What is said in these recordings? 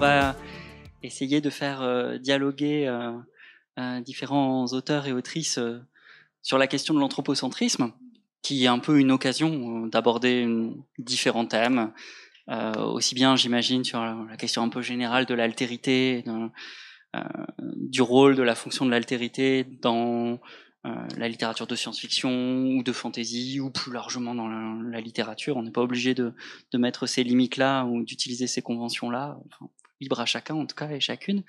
va essayer de faire dialoguer différents auteurs et autrices sur la question de l'anthropocentrisme, qui est un peu une occasion d'aborder différents thèmes, aussi bien, j'imagine, sur la question un peu générale de l'altérité, du rôle, de la fonction de l'altérité dans la littérature de science-fiction ou de fantasy, ou plus largement dans la littérature. On n'est pas obligé de mettre ces limites-là ou d'utiliser ces conventions-là. Enfin, libre à chacun, en tout cas, et chacune.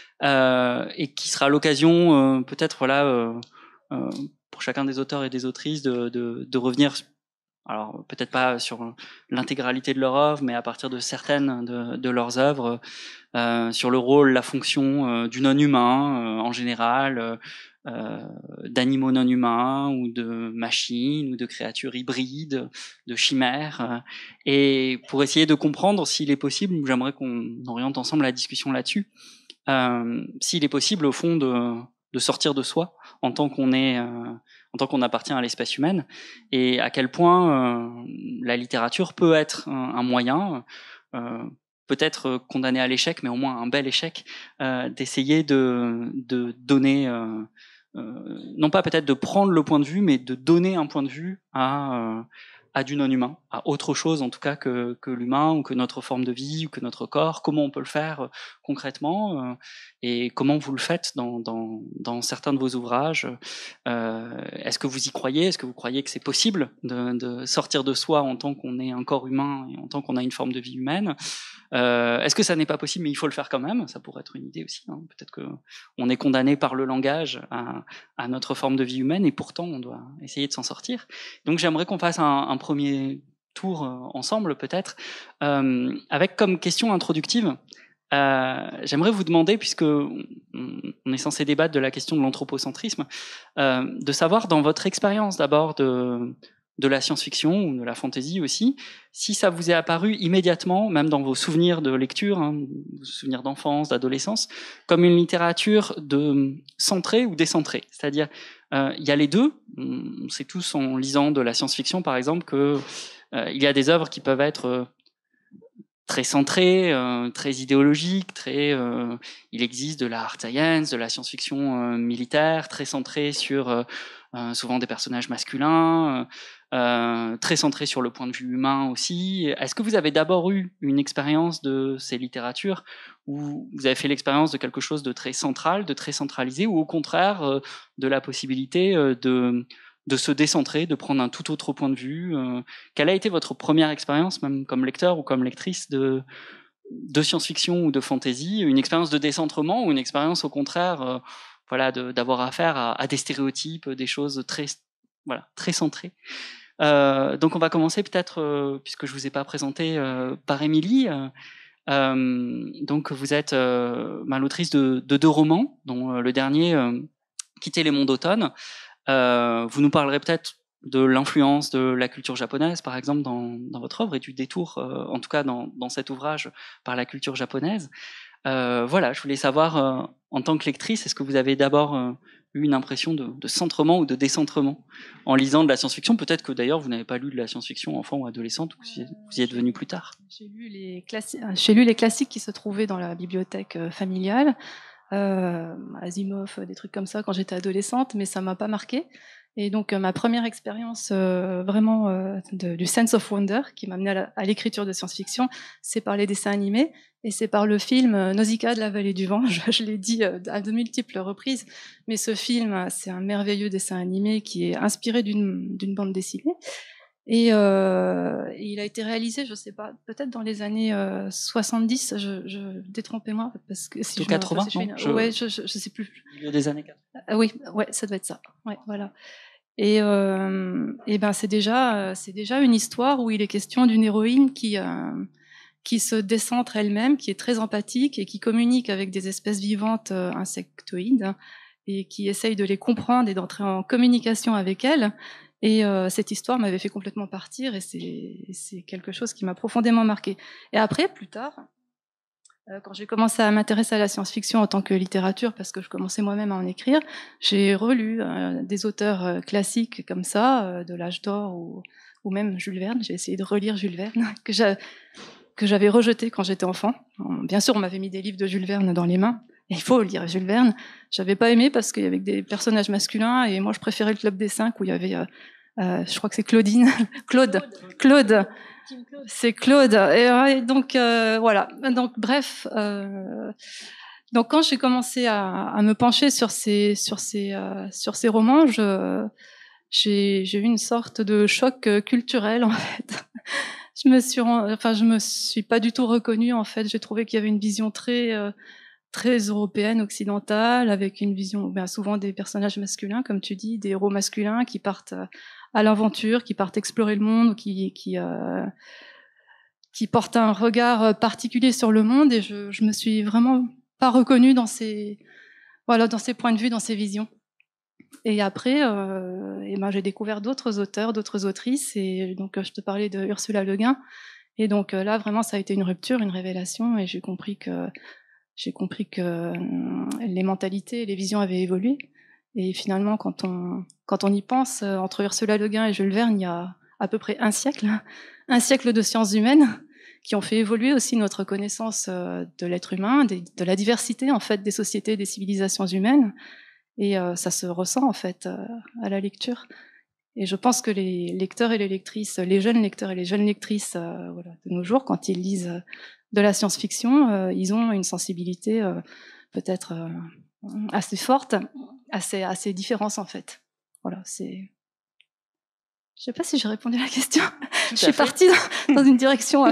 Et qui sera l'occasion, peut-être, voilà, pour chacun des auteurs et des autrices de revenir, alors peut-être pas sur l'intégralité de leur œuvre, mais à partir de certaines de leurs œuvres, sur le rôle, la fonction du non-humain en général, d'animaux non-humains ou de machines ou de créatures hybrides, de chimères, et pour essayer de comprendre s'il est possible, j'aimerais qu'on oriente ensemble la discussion là-dessus, s'il est possible au fond de sortir de soi en tant qu'on appartient à l'espèce humaine, et à quel point la littérature peut être un moyen, peut-être condamné à l'échec, mais au moins un bel échec, d'essayer de donner, non pas peut-être de prendre le point de vue, mais de donner un point de vue à du non-humain, à autre chose en tout cas que l'humain, ou que notre forme de vie, ou que notre corps. Comment on peut le faire concrètement, et comment vous le faites dans certains de vos ouvrages. Est-ce que vous y croyez? Est-ce que vous croyez que c'est possible de sortir de soi en tant qu'on est un corps humain et en tant qu'on a une forme de vie humaine? Est-ce que ça n'est pas possible, mais il faut le faire quand même? Ça pourrait être une idée aussi, hein. Peut-être qu'on est condamné par le langage à notre forme de vie humaine, et pourtant on doit essayer de s'en sortir. Donc j'aimerais qu'on fasse un premier tour ensemble, peut-être, avec comme question introductive, j'aimerais vous demander, puisque on est censé débattre de la question de l'anthropocentrisme, de savoir, dans votre expérience d'abord de la science-fiction ou de la fantasy aussi, si ça vous est apparu immédiatement, même dans vos souvenirs de lecture, hein, vos souvenirs d'enfance, d'adolescence, comme une littérature centrée ou décentrée. C'est-à-dire, il y a les deux. On sait tous, en lisant de la science-fiction par exemple, que il y a des œuvres qui peuvent être très centrées, très idéologiques, il existe de la hard science, de la science-fiction militaire, très centrée sur souvent des personnages masculins, très centré sur le point de vue humain aussi. Est-ce que vous avez d'abord eu une expérience de ces littératures où vous avez fait l'expérience de quelque chose de très central, de très centralisé, ou au contraire de la possibilité de se décentrer, de prendre un tout autre point de vue? Quelle a été votre première expérience, même comme lecteur ou comme lectrice de science-fiction ou de fantasy? Une expérience de décentrement, ou une expérience au contraire voilà, d'avoir affaire à des stéréotypes, des choses très centrées? Donc on va commencer peut-être, puisque je vous ai pas présenté, par Émilie. Donc vous êtes l'autrice de 2 romans, dont le dernier, Quitter les monts d'automne. Vous nous parlerez peut-être de l'influence de la culture japonaise, par exemple, dans votre œuvre, et du détour, en tout cas dans cet ouvrage, par la culture japonaise. Voilà, je voulais savoir, en tant que lectrice, est-ce que vous avez d'abord eu une impression de centrement ou de décentrement en lisant de la science-fiction? Peut-être que d'ailleurs vous n'avez pas lu de la science-fiction enfant ou adolescente, ou que vous y êtes venu plus tard. J'ai lu les classiques qui se trouvaient dans la bibliothèque familiale, Asimov, des trucs comme ça quand j'étais adolescente, mais ça m'a pas marqué. Et donc ma première expérience vraiment du sense of wonder qui m'a amenée à l'écriture de science-fiction, c'est par les dessins animés, et c'est par le film Nausicaa de la vallée du vent. Je l'ai dit à de multiples reprises, mais ce film, c'est un merveilleux dessin animé qui est inspiré d'une bande dessinée. Et il a été réalisé, je sais pas, peut-être dans les années 70, détrompez-moi, parce que si Plutôt 80, non? Ouais, je sais plus. Milieu des années 80. Oui, ouais, ça doit être ça. Ouais, voilà. Et ben c'est déjà une histoire où il est question d'une héroïne qui se décentre elle-même, qui est très empathique et qui communique avec des espèces vivantes insectoïdes, et qui essaye de les comprendre et d'entrer en communication avec elles. Et cette histoire m'avait fait complètement partir, et c'est quelque chose qui m'a profondément marqué. Et après, plus tard, quand j'ai commencé à m'intéresser à la science-fiction en tant que littérature, parce que je commençais moi-même à en écrire, j'ai relu des auteurs classiques comme ça, de l'âge d'or, ou même Jules Verne. J'ai essayé de relire Jules Verne, que que j'avais rejeté quand j'étais enfant. Bien sûr, on m'avait mis des livres de Jules Verne dans les mains. Et il faut lire Jules Verne. J'avais pas aimé parce qu'il y avait des personnages masculins et moi je préférais le Club des 5 où il y avait, je crois que c'est Claudine, Claude. C'est Claude. Et donc voilà. Donc bref. Donc quand j'ai commencé à me pencher sur ces romans, j'ai eu une sorte de choc culturel en fait. Je me suis pas du tout reconnue en fait. J'ai trouvé qu'il y avait une vision très européenne, occidentale, avec une vision souvent des personnages masculins, comme tu dis, des héros masculins qui partent à l'aventure, qui partent explorer le monde, qui portent un regard particulier sur le monde. Et je me suis vraiment pas reconnue dans ces points de vue, dans ces visions. Et après, j'ai découvert d'autres auteurs, d'autres autrices. Et donc, je te parlais de Ursula Le Guin. Et donc là, vraiment, ça a été une rupture, une révélation. Et j'ai compris que les mentalités et les visions avaient évolué. Et finalement, quand on y pense, entre Ursula Le Guin et Jules Verne, il y a à peu près un siècle de sciences humaines qui ont fait évoluer aussi notre connaissance de l'être humain, de la diversité en fait des sociétés, des civilisations humaines. Et ça se ressent en fait à la lecture. Et je pense que les lecteurs et les lectrices, les jeunes lecteurs et les jeunes lectrices de nos jours, quand ils lisent de la science-fiction, ils ont une sensibilité peut-être assez forte à ces différences en fait. Voilà, c'est. Je sais pas si j'ai répondu à la question. Je suis partie dans une direction.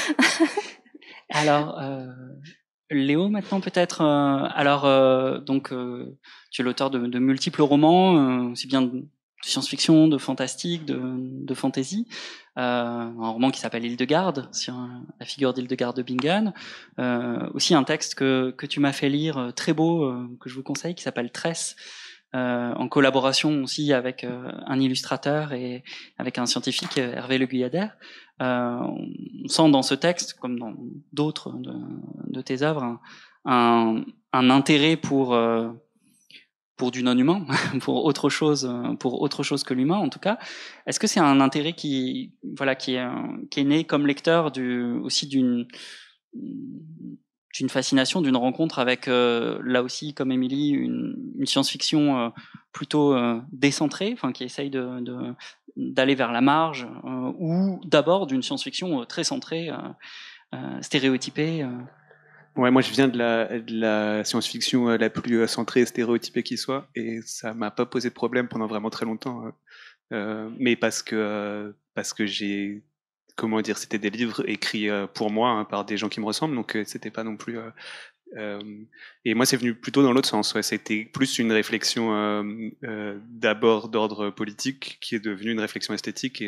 Alors, Léo, maintenant peut-être. Donc, tu es l'auteur de multiples romans, aussi bien de science-fiction, de fantastique, de fantasy. Un roman qui s'appelle Hildegarde, sur la figure d'Hildegarde de Bingen. Aussi un texte que tu m'as fait lire, très beau, que je vous conseille, qui s'appelle Tresse, en collaboration aussi avec un illustrateur et avec un scientifique, Hervé Le Guyader. On sent dans ce texte, comme dans d'autres de tes œuvres, un intérêt pour du non-humain, pour autre chose que l'humain en tout cas. Est-ce que c'est un intérêt qui est né comme lecteur aussi d'une fascination, d'une rencontre avec là aussi comme Émilie une science-fiction plutôt décentrée, enfin qui essaye d'aller vers la marge, ou d'abord d'une science-fiction très centrée, stéréotypée. Ouais, moi je viens de la science-fiction la plus centrée et stéréotypée qui soit, et ça m'a pas posé de problème pendant vraiment très longtemps. Mais parce que j'ai, comment dire, c'était des livres écrits pour moi, hein, par des gens qui me ressemblent, donc c'était pas non plus. Et moi, c'est venu plutôt dans l'autre sens. Ouais. C'était plus une réflexion d'abord d'ordre politique, qui est devenue une réflexion esthétique,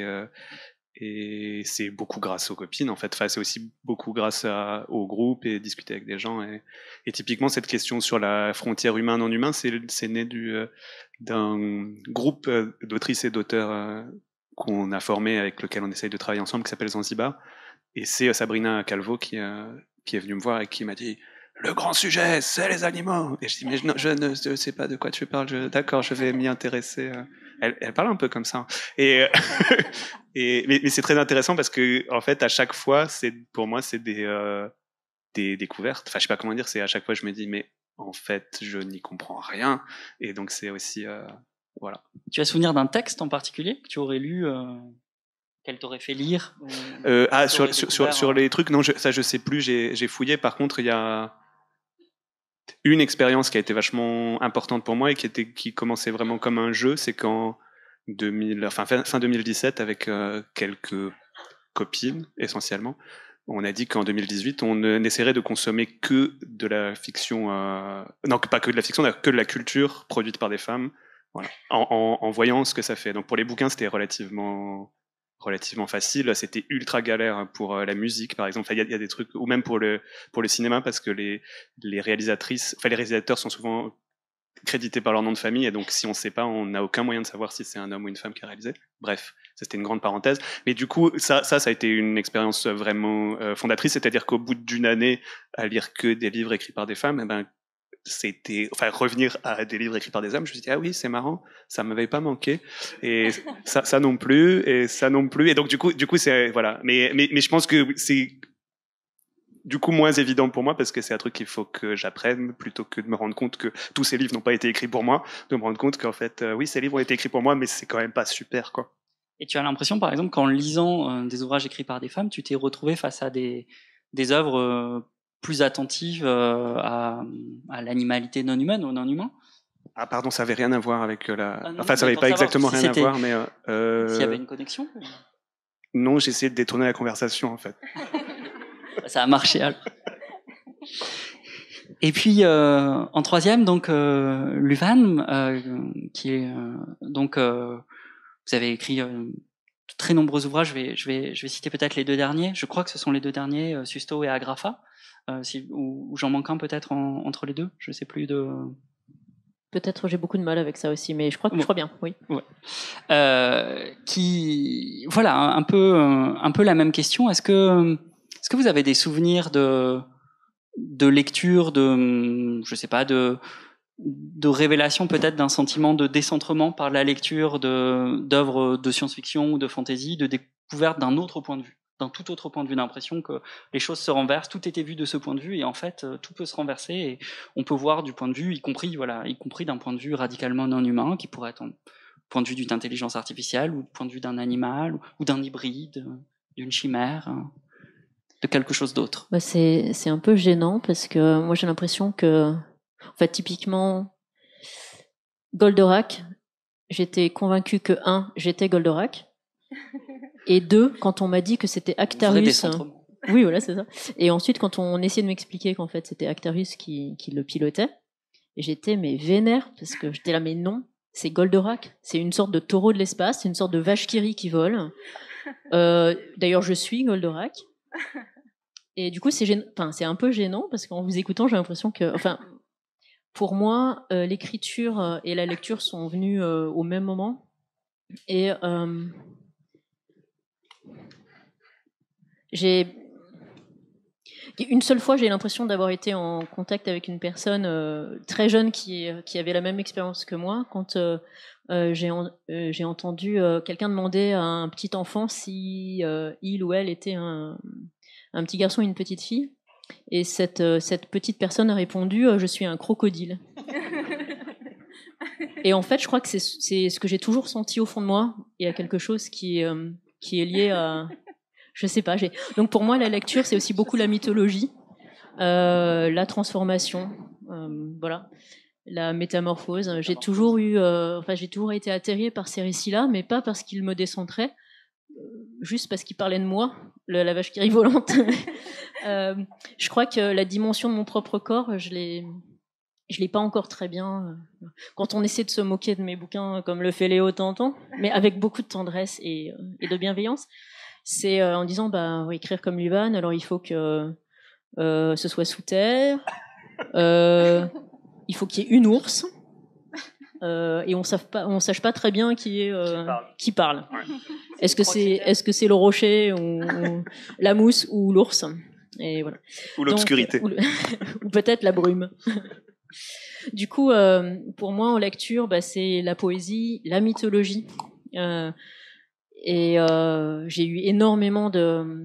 et c'est beaucoup grâce aux copines, en fait. Enfin, c'est aussi beaucoup grâce au groupe et discuter avec des gens. Et typiquement, cette question sur la frontière humain-non humain, c'est né d'un groupe d'autrices et d'auteurs qu'on a formé, avec lequel on essaye de travailler ensemble, qui s'appelle Zanzibar. Et c'est Sabrina Calvo qui est venue me voir et qui m'a dit: le grand sujet, c'est les animaux. Et je dis: mais je ne sais pas de quoi tu parles. D'accord, je vais m'y intéresser. Elle parle un peu comme ça. Et, mais c'est très intéressant parce que, en fait, à chaque fois, pour moi, c'est des découvertes. Enfin, je sais pas comment dire. C'est à chaque fois, je me dis: mais en fait, je n'y comprends rien. Et donc, c'est aussi, voilà. Tu as souvenir d'un texte en particulier que tu aurais lu? Qu'elle t'aurait fait lire? Sur les trucs, non, ça je sais plus, j'ai fouillé. Par contre, il y a une expérience qui a été vachement importante pour moi et qui commençait vraiment comme un jeu, c'est qu'en fin 2017, avec quelques copines essentiellement, on a dit qu'en 2018, on essaierait de consommer que de la fiction, non, pas que de la fiction, que de la culture produite par des femmes, voilà, en voyant ce que ça fait. Donc pour les bouquins, c'était relativement facile. C'était ultra galère pour la musique, par exemple. Il y a des trucs, ou même pour le cinéma, parce que les réalisatrices, enfin les réalisateurs sont souvent crédités par leur nom de famille, et donc si on ne sait pas, on n'a aucun moyen de savoir si c'est un homme ou une femme qui a réalisé. Bref, ça c'était une grande parenthèse. Mais du coup, ça a été une expérience vraiment fondatrice, c'est-à-dire qu'au bout d'une année à lire que des livres écrits par des femmes, revenir à des livres écrits par des hommes, je me suis dit: ah oui, c'est marrant, ça m'avait pas manqué, et ça non plus, et ça non plus, et donc du coup c'est, voilà. Mais je pense que c'est du coup moins évident pour moi parce que c'est un truc qu'il faut que j'apprenne plutôt que de me rendre compte que tous ces livres n'ont pas été écrits pour moi, de me rendre compte qu'en fait, oui, ces livres ont été écrits pour moi, mais c'est quand même pas super, quoi. Et tu as l'impression, par exemple, qu'en lisant des ouvrages écrits par des femmes, tu t'es retrouvé face à des œuvres plus attentives à l'animalité non humaine ou non humain? Ah pardon, ça avait rien à voir avec Ah non, enfin, ça mais avait pour pas savoir exactement si rien à c'était- voir, mais S'il y avait une connexion? non, j'ai essayé de détourner la conversation en fait. Ça a marché alors. Et puis en troisième, donc Luvan, qui est donc vous avez écrit de très nombreux ouvrages. Je vais citer peut-être les deux derniers. Je crois que ce sont les deux derniers, Susto et Agrafa. Ou j'en manque un peut-être entre les deux. Je sais plus de. Peut-être j'ai beaucoup de mal avec ça aussi, mais je crois bien, oui. Ouais. Qui, voilà, un peu la même question. Est-ce que vous avez des souvenirs de lecture, je sais pas, de révélation peut-être d'un sentiment de décentrement par la lecture d'œuvres de science-fiction ou de fantasy, de découverte d'un autre point de vue, d'un tout autre point de vue, d'impression que les choses se renversent, tout était vu de ce point de vue et en fait tout peut se renverser et on peut voir du point de vue, y compris d'un point de vue radicalement non humain, qui pourrait être un point de vue d'une intelligence artificielle ou du point de vue d'un animal ou d'un hybride, d'une chimère, de quelque chose d'autre. Bah c'est un peu gênant parce que moi j'ai l'impression que, en fait, typiquement, Goldorak, j'étais convaincue que j'étais Goldorak, et deux, quand on m'a dit que c'était Actarus. Oui, voilà, c'est ça. Et ensuite, quand on essayait de m'expliquer qu'en fait c'était Actarus qui le pilotait, j'étais mais vénère parce que j'étais là, mais non, c'est Goldorak, c'est une sorte de taureau de l'espace, c'est une sorte de vache qui rit qui vole. D'ailleurs, je suis Goldorak. Et du coup, c'est un peu gênant parce qu'en vous écoutant, j'ai l'impression que, enfin, pour moi, l'écriture et la lecture sont venues au même moment. Et une seule fois, j'ai l'impression d'avoir été en contact avec une personne très jeune qui avait la même expérience que moi quand j'ai entendu quelqu'un demander à un petit enfant si il ou elle était un petit garçon ou une petite fille. Et cette petite personne a répondu je suis un crocodile. Et en fait, je crois que c'est ce que j'ai toujours senti au fond de moi. Il y a quelque chose qui est lié à... Je sais pas. Donc pour moi, la lecture, c'est aussi beaucoup la mythologie, la transformation, voilà, la métamorphose. J'ai toujours été atterrée par ces récits-là, mais pas parce qu'ils me décentraient, juste parce qu'ils parlaient de moi, la vache qui rit volante. Je crois que la dimension de mon propre corps, je l'ai pas encore très bien. Quand on essaie de se moquer de mes bouquins, comme le fait Léo de temps en temps, mais avec beaucoup de tendresse et de bienveillance, c'est en disant écrire comme Luvan, alors il faut que ce soit sous terre, il faut qu'il y ait une ours, et on sache pas très bien qui parle. Ouais. Est-ce que c'est le rocher ou la mousse ou l'ours, et voilà. Ou l'obscurité. Ou peut-être la brume. Du coup, pour moi, en lecture, c'est la poésie, la mythologie. Et j'ai eu énormément de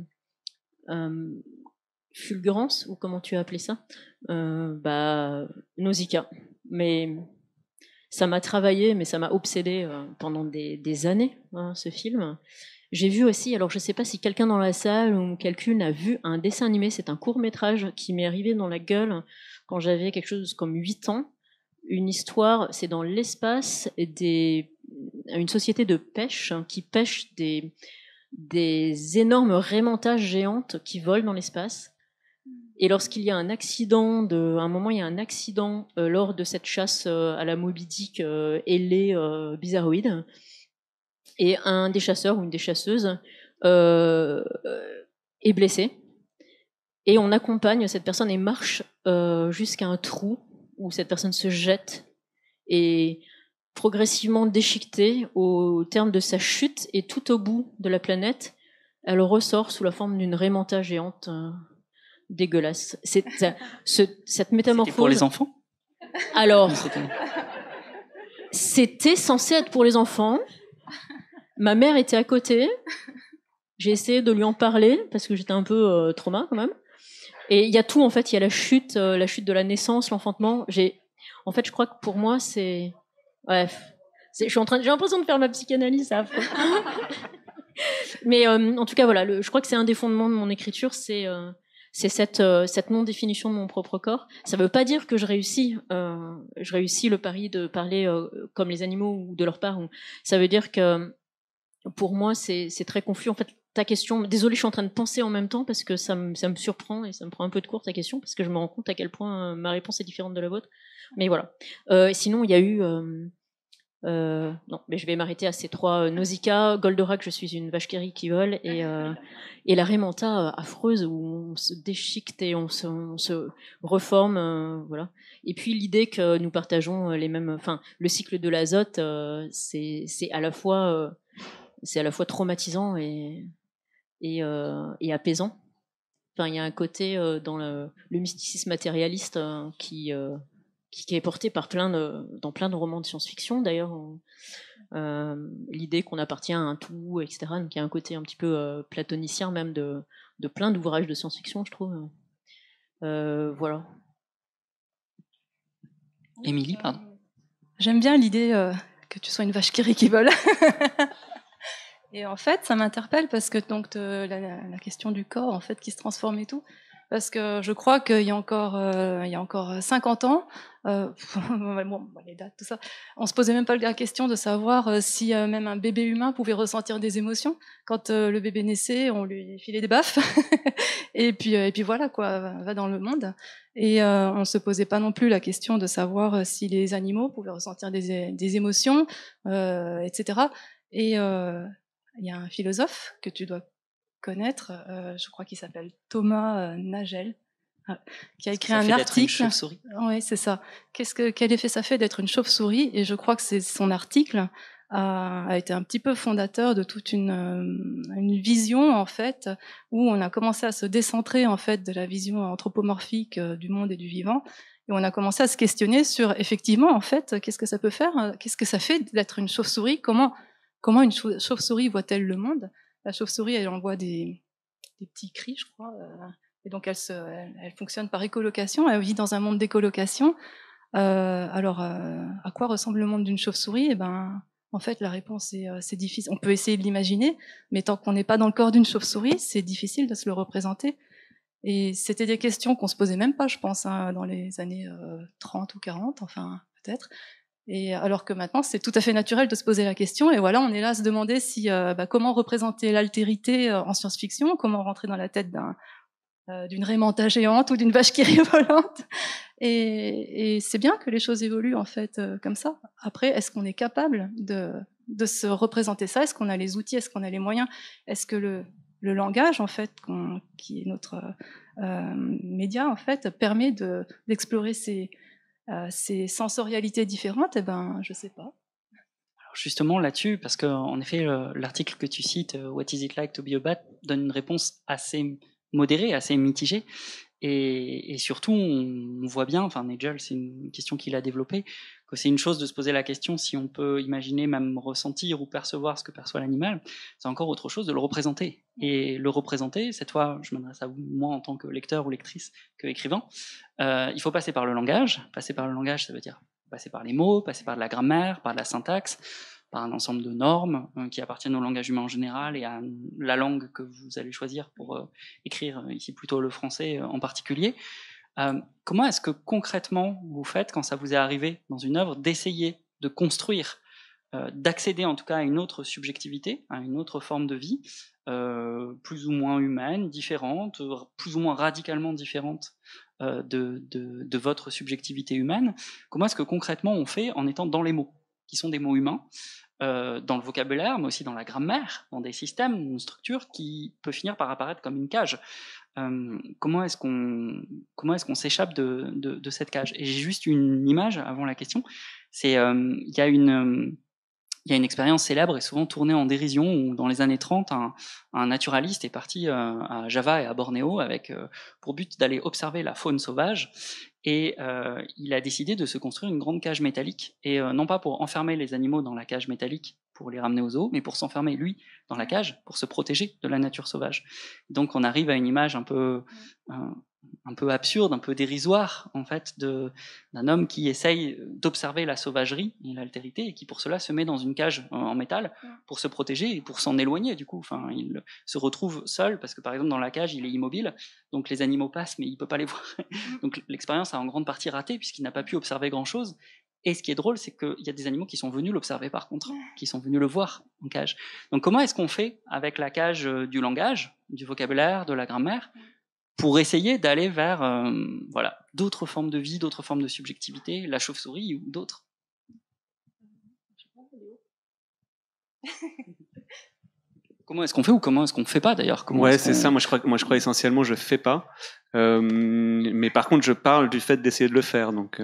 fulgurance, ou comment tu as appelé ça, Nausicaa. Mais ça m'a travaillé, mais ça m'a obsédé pendant des années, ce film. J'ai vu aussi, alors je ne sais pas si quelqu'un dans la salle ou quelqu'un a vu un dessin animé, c'est un court-métrage qui m'est arrivé dans la gueule quand j'avais quelque chose comme 8 ans. Une histoire, c'est dans l'espace, une société de pêche qui pêche des énormes raimentas géantes qui volent dans l'espace. Et lorsqu'il y a un accident, à un moment il y a un accident lors de cette chasse à la Moby Dick ailée bizarroïde, et un des chasseurs ou une des chasseuses est blessé, et on accompagne cette personne et marche jusqu'à un trou où cette personne se jette et progressivement déchiquetée au terme de sa chute, et tout au bout de la planète elle ressort sous la forme d'une raimanta géante dégueulasse. Cette métamorphose. C'était pour les enfants ? Alors, c'était censé être pour les enfants. Ma mère était à côté. J'ai essayé de lui en parler parce que j'étais un peu trauma quand même. Et il y a tout, en fait, il y a la chute de la naissance, l'enfantement. En fait, je crois que pour moi, c'est... Bref. J'ai l'impression de faire ma psychanalyse, c'est affreux. Mais en tout cas, voilà, je crois que c'est un des fondements de mon écriture, c'est cette non-définition de mon propre corps. Ça ne veut pas dire que je réussis le pari de parler comme les animaux ou de leur part. Ça veut dire que pour moi, c'est très confus. En fait, ta question, désolé, je suis en train de penser en même temps parce que ça me surprend et ça me prend un peu de court ta question parce que je me rends compte à quel point ma réponse est différente de la vôtre. Mais voilà. Sinon, il y a eu... non, mais je vais m'arrêter à ces trois. Nausicaa, Goldorak, je suis une vache qui rit qui vole, et la Rémanta affreuse où on se déchiquette et on se reforme, voilà. Et puis l'idée que nous partageons les mêmes, enfin, le cycle de l'azote, c'est à la fois traumatisant et apaisant. Enfin, il y a un côté dans le mysticisme matérialiste qui est porté par dans plein de romans de science-fiction, d'ailleurs. L'idée qu'on appartient à un tout, etc. Donc il y a un côté un petit peu platonicien même de plein d'ouvrages de science-fiction, je trouve. Voilà. Émilie, pardon. J'aime bien l'idée que tu sois une vache qui rit qui vole. Et en fait, ça m'interpelle parce que donc la question du corps, en fait, qui se transforme et tout, parce que je crois qu'il y a encore 50 ans, bon, les dates, tout ça, on se posait même pas la question de savoir si même un bébé humain pouvait ressentir des émotions. Quand le bébé naissait, on lui filait des baffes, et puis voilà quoi, va dans le monde. Et on se posait pas non plus la question de savoir si les animaux pouvaient ressentir des émotions, etc. Et il y a un philosophe que tu dois connaître, je crois qu'il s'appelle Thomas Nagel, qui a écrit un article. Oui, c'est ça. Quel effet ça fait d'être une chauve-souris? Et je crois que son article a été un petit peu fondateur de toute une vision en fait, où on a commencé à se décentrer en fait de la vision anthropomorphique du monde et du vivant. Et on a commencé à se questionner sur effectivement en fait qu'est-ce que ça peut faire, qu'est-ce que ça fait d'être une chauve-souris, comment une chauve-souris voit-elle le monde? La chauve-souris, elle envoie des petits cris, je crois, et donc elle fonctionne par écolocation, elle vit dans un monde d'écolocation. Alors, à quoi ressemble le monde d'une chauve-souris? Eh ben, en fait, la réponse c'est difficile. On peut essayer de l'imaginer, mais tant qu'on n'est pas dans le corps d'une chauve-souris, c'est difficile de se le représenter. Et c'était des questions qu'on se posait même pas, je pense, hein, dans les années 30 ou 40, enfin, peut-être. Et alors que maintenant, c'est tout à fait naturel de se poser la question. Et voilà, on est là à se demander comment représenter l'altérité en science-fiction, comment rentrer dans la tête d'une Rémanta géante ou d'une vache qui rit volante. Et c'est bien que les choses évoluent en fait comme ça. Après, est-ce qu'on est capable de se représenter ça? Est-ce qu'on a les outils? Est-ce qu'on a les moyens? Est-ce que le langage en fait, qui est notre média en fait, permet d'explorer ces sensorialités différentes? Eh ben, je sais pas. Alors justement là-dessus, parce qu'en effet, l'article que tu cites, What is it like to be a bat, donne une réponse assez modérée, assez mitigée. Et surtout, on voit bien, enfin Nagel, c'est une question qu'il a développée, que c'est une chose de se poser la question si on peut imaginer, même ressentir ou percevoir ce que perçoit l'animal, c'est encore autre chose de le représenter. Et le représenter, cette fois, je m'adresse à vous, moi en tant que lecteur ou lectrice, que écrivain, il faut passer par le langage. Passer par le langage, ça veut dire passer par les mots, passer par de la grammaire, par de la syntaxe, par un ensemble de normes qui appartiennent au langage humain en général et à la langue que vous allez choisir pour écrire, ici plutôt le français en particulier. Comment est-ce que concrètement vous faites, quand ça vous est arrivé dans une œuvre, d'essayer de construire, d'accéder en tout cas à une autre subjectivité, à une autre forme de vie, plus ou moins humaine, différente, plus ou moins radicalement différente de votre subjectivité humaine? Comment est-ce que concrètement on fait en étant dans les mots, qui sont des mots humains, dans le vocabulaire, mais aussi dans la grammaire, dans des systèmes, une structure qui peut finir par apparaître comme une cage? Comment est-ce qu'on s'échappe de cette cage? Et j'ai juste une image avant la question. C'est il y a une expérience célèbre et souvent tournée en dérision où dans les années 30, un naturaliste est parti à Java et à Bornéo avec pour but d'aller observer la faune sauvage. Et il a décidé de se construire une grande cage métallique, et non pas pour enfermer les animaux dans la cage métallique pour les ramener aux zoos, mais pour s'enfermer lui dans la cage pour se protéger de la nature sauvage. Donc on arrive à une image un peu un peu absurde, un peu dérisoire, en fait, d'un homme qui essaye d'observer la sauvagerie et l'altérité, et qui pour cela se met dans une cage en métal pour se protéger et pour s'en éloigner, du coup. Enfin, il se retrouve seul, parce que par exemple, dans la cage, il est immobile, donc les animaux passent, mais il peut pas les voir. Donc l'expérience a en grande partie raté, puisqu'il n'a pas pu observer grand-chose. Et ce qui est drôle, c'est qu'il y a des animaux qui sont venus l'observer par contre, qui sont venus le voir en cage. Donc comment est-ce qu'on fait avec la cage du langage, du vocabulaire, de la grammaire, pour essayer d'aller vers voilà, d'autres formes de vie, d'autres formes de subjectivité, la chauve-souris ou d'autres? Comment est-ce qu'on fait ou comment est-ce qu'on fait pas d'ailleurs? Ouais, c'est ça. Moi, je crois essentiellement, je fais pas. Mais par contre, je parle du fait d'essayer de le faire. Donc,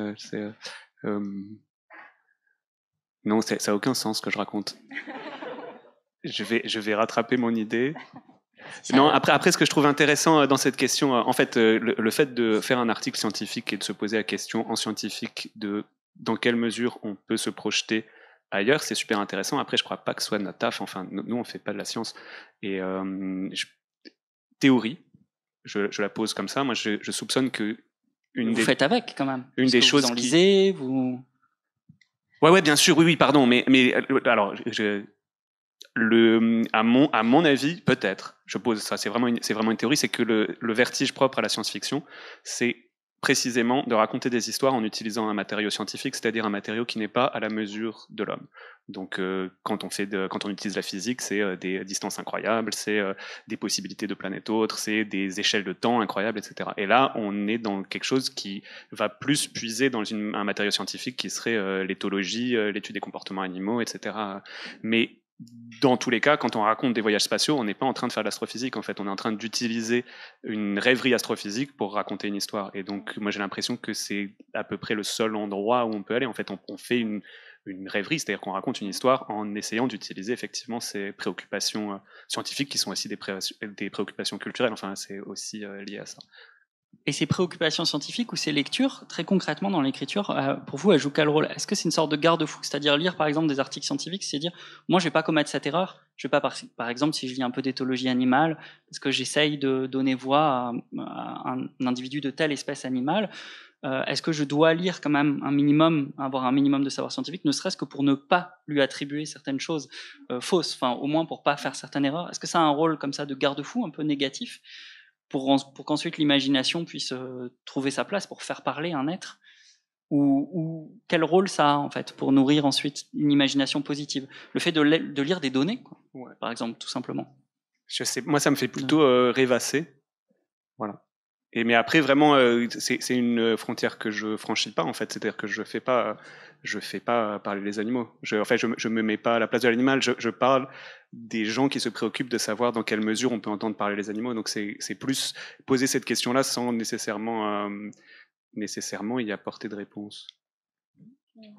non, ça n'a aucun sens ce que je raconte. Je vais rattraper mon idée. Non, après, ce que je trouve intéressant dans cette question, en fait, le fait de faire un article scientifique et de se poser la question en scientifique de dans quelle mesure on peut se projeter ailleurs, c'est super intéressant. Après, je crois pas que ce soit notre taf. Enfin, nous, on fait pas de la science. Et théorie, je la pose comme ça. Moi, je soupçonne que vous faites avec quand même. Une des choses vous en lisez, vous. Ouais, bien sûr, oui, pardon, mais alors, à mon avis, peut-être, je pose ça, c'est vraiment une théorie, c'est que le vertige propre à la science-fiction, c'est précisément de raconter des histoires en utilisant un matériau scientifique, c'est-à-dire un matériau qui n'est pas à la mesure de l'homme. Donc, quand on utilise la physique, c'est des distances incroyables, c'est des possibilités de planètes autres, c'est des échelles de temps incroyables, etc. Et là, on est dans quelque chose qui va plus puiser dans un matériau scientifique qui serait l'éthologie, l'étude des comportements animaux, etc. Mais dans tous les cas, quand on raconte des voyages spatiaux, on n'est pas en train de faire de l'astrophysique. En fait, on est en train d'utiliser une rêverie astrophysique pour raconter une histoire. Et donc, moi, j'ai l'impression que c'est à peu près le seul endroit où on peut aller. En fait, on fait une rêverie, c'est-à-dire qu'on raconte une histoire en essayant d'utiliser effectivement ces préoccupations scientifiques qui sont aussi des préoccupations culturelles. Enfin, c'est aussi lié à ça. Et ces préoccupations scientifiques ou ces lectures, très concrètement dans l'écriture, pour vous, elles jouent quel rôle? Est-ce que c'est une sorte de garde-fou? C'est-à-dire lire par exemple des articles scientifiques, c'est dire, moi je vais pas commettre cette erreur, je vais pas par exemple si je lis un peu d'éthologie animale, parce que j'essaye de donner voix à un individu de telle espèce animale, est-ce que je dois lire quand même un minimum, avoir un minimum de savoir scientifique, ne serait-ce que pour ne pas lui attribuer certaines choses fausses, enfin au moins pour pas faire certaines erreurs? Est-ce que ça a un rôle comme ça de garde-fou un peu négatif? Pour qu'ensuite l'imagination puisse trouver sa place pour faire parler un être, ou quel rôle ça a en fait pour nourrir ensuite une imagination positive, le fait de lire des données quoi, ouais. Par exemple, tout simplement. Je sais, moi ça me fait plutôt rêvasser, voilà. Mais après vraiment c'est une frontière que je franchis pas en fait, c'est-à-dire que je fais pas parler les animaux. En fait, je me mets pas à la place de l'animal. Je parle des gens qui se préoccupent de savoir dans quelle mesure on peut entendre parler les animaux. Donc c'est plus poser cette question-là sans nécessairement y apporter de réponse. Émilie ?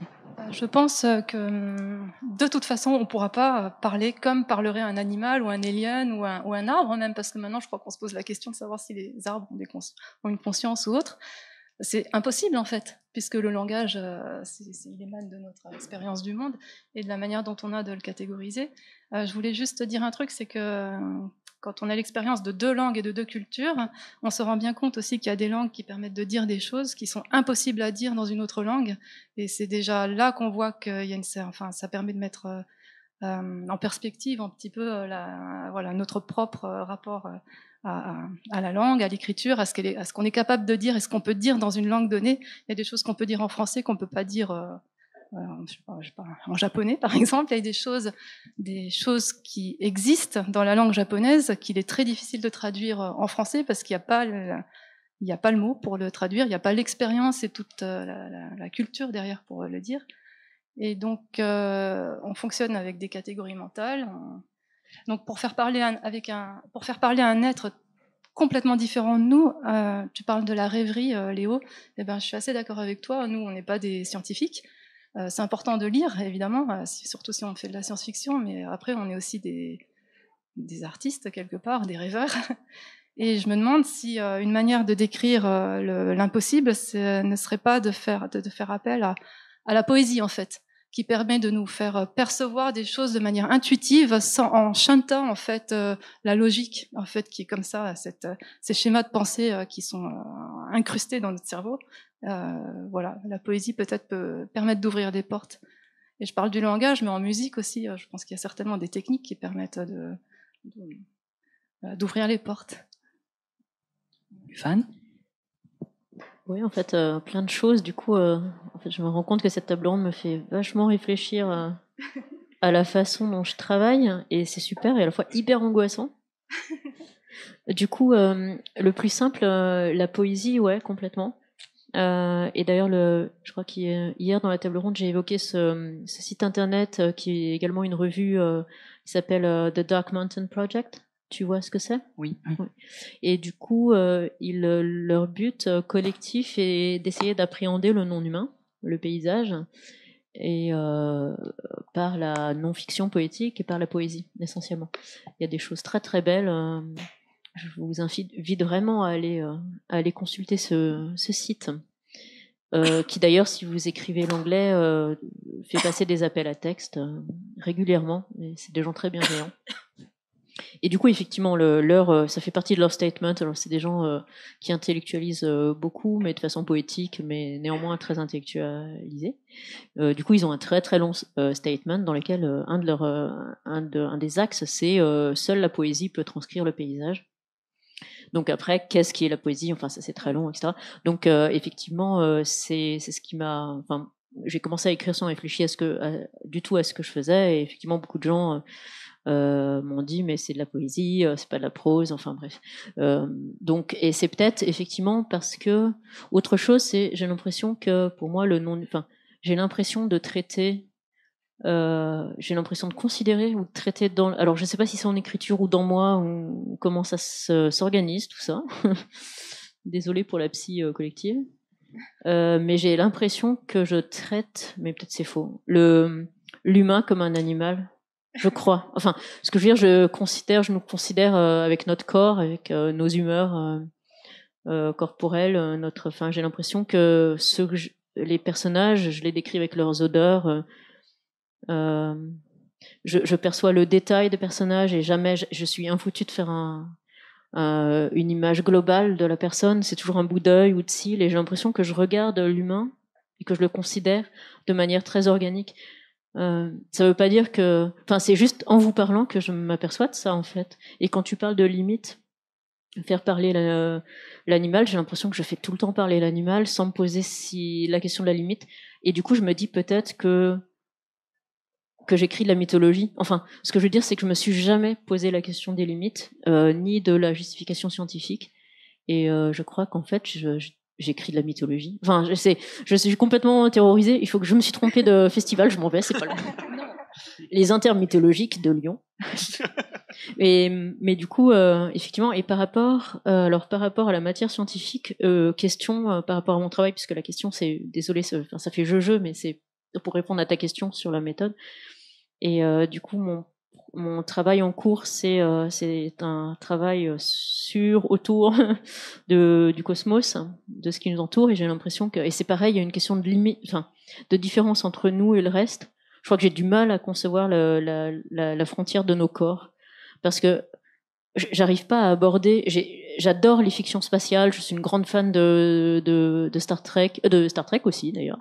Je pense que de toute façon, on ne pourra pas parler comme parlerait un animal ou un alien ou un arbre même, parce que maintenant, je crois qu'on se pose la question de savoir si les arbres ont une conscience ou autre. C'est impossible en fait, puisque le langage, il émane de notre expérience du monde et de la manière dont on a de le catégoriser. Je voulais juste dire un truc, c'est que quand on a l'expérience de deux langues et de deux cultures, on se rend bien compte aussi qu'il y a des langues qui permettent de dire des choses qui sont impossibles à dire dans une autre langue. Et c'est déjà là qu'on voit qu'il y a ça permet de mettre en perspective un petit peu voilà, notre propre rapport à la langue, à l'écriture, à ce qu'on est capable de dire et ce qu'on peut dire dans une langue donnée. Il y a des choses qu'on peut dire en français qu'on ne peut pas dire je sais pas, en japonais par exemple. Il y a des choses qui existent dans la langue japonaise qu'il est très difficile de traduire en français parce qu'il n'y a pas le mot pour le traduire, il n'y a pas l'expérience et toute la culture derrière pour le dire. Et donc on fonctionne avec des catégories mentales. Donc pour faire parler à un être complètement différent de nous, tu parles de la rêverie, Léo, eh ben, je suis assez d'accord avec toi, nous on n'est pas des scientifiques. C'est important de lire, évidemment, surtout si on fait de la science-fiction, mais après, on est aussi des artistes, quelque part, des rêveurs. Et je me demande si une manière de décrire l'impossible ne serait pas de faire appel à la poésie, en fait. qui permet de nous faire percevoir des choses de manière intuitive, en shuntant en fait la logique, en fait, qui est comme ça, ces schémas de pensée qui sont incrustés dans notre cerveau. Voilà, la poésie peut-être peut permettre d'ouvrir des portes. Et je parle du langage, mais en musique aussi, je pense qu'il y a certainement des techniques qui permettent d'ouvrir les portes. Fan ? Oui, en fait, plein de choses. Du coup, en fait, je me rends compte que cette table ronde me fait vachement réfléchir à la façon dont je travaille, et c'est super et à la fois hyper angoissant. Du coup, le plus simple, la poésie, ouais, complètement. Et d'ailleurs, je crois qu'hier dans la table ronde, j'ai évoqué ce site internet qui est également une revue qui s'appelle The Dark Mountain Project. Tu vois ce que c'est ? Oui. Ouais. Et du coup, leur but collectif est d'essayer d'appréhender le non-humain, le paysage, et par la non-fiction poétique et par la poésie, essentiellement. Il y a des choses très très belles. Je vous invite vraiment à aller consulter ce site. Qui d'ailleurs, si vous écrivez l'anglais, fait passer des appels à texte régulièrement. Et c'est des gens très bienveillants. Et du coup, effectivement, ça fait partie de leur statement. Alors, c'est des gens qui intellectualisent beaucoup, mais de façon poétique, mais néanmoins très intellectualisés. Du coup, ils ont un très très long statement dans lequel un des axes, c'est seule la poésie peut transcrire le paysage. Donc après, qu'est-ce qui est la poésie ? Enfin, ça c'est très long, etc. Donc effectivement, c'est ce qui m'a. Enfin, j'ai commencé à écrire sans réfléchir du tout à ce que je faisais. Et effectivement, beaucoup de gens m'ont dit mais c'est de la poésie, c'est pas de la prose. Enfin bref. Donc et c'est peut-être effectivement parce que autre chose, c'est j'ai l'impression que pour moi j'ai l'impression de traiter. J'ai l'impression de considérer ou de traiter alors je sais pas si c'est en écriture ou dans moi ou comment ça s'organise tout ça. Désolée pour la psy collective, mais j'ai l'impression que je traite, mais peut-être c'est faux, l'humain comme un animal. Je crois. Enfin, ce que je veux dire, je nous considère avec notre corps, avec nos humeurs corporelles, Enfin, j'ai l'impression que les personnages, je les décris avec leurs odeurs. Je perçois le détail des personnages et jamais je suis infoutue de faire une image globale de la personne. C'est toujours un bout d'œil ou de cils et j'ai l'impression que je regarde l'humain et que je le considère de manière très organique. Ça veut pas dire que... Enfin, c'est juste en vous parlant que je m'aperçois de ça, en fait. Et quand tu parles de limite, faire parler l'animal, j'ai l'impression que je fais tout le temps parler l'animal sans me poser la question de la limite. Et du coup, je me dis peut-être que j'écris de la mythologie. Enfin, ce que je veux dire, c'est que je me suis jamais posé la question des limites, ni de la justification scientifique. Et je crois qu'en fait, j'écris de la mythologie. Enfin, je suis complètement terrorisée. Il faut que je me suis trompée de festival, je m'en vais, c'est pas long. Les intermythologiques de Lyon. Mais du coup, effectivement, et par rapport à la matière scientifique, question par rapport à mon travail, puisque la question c'est, désolé, ça fait jeu, mais c'est pour répondre à ta question sur la méthode. Et du coup, mon travail en cours, c'est un travail autour du cosmos, de ce qui nous entoure. Et j'ai l'impression et c'est pareil, il y a une question de limite, de différence entre nous et le reste. Je crois que j'ai du mal à concevoir la frontière de nos corps, parce que j'arrive pas à aborder. J'adore les fictions spatiales. Je suis une grande fan de Star Trek aussi d'ailleurs,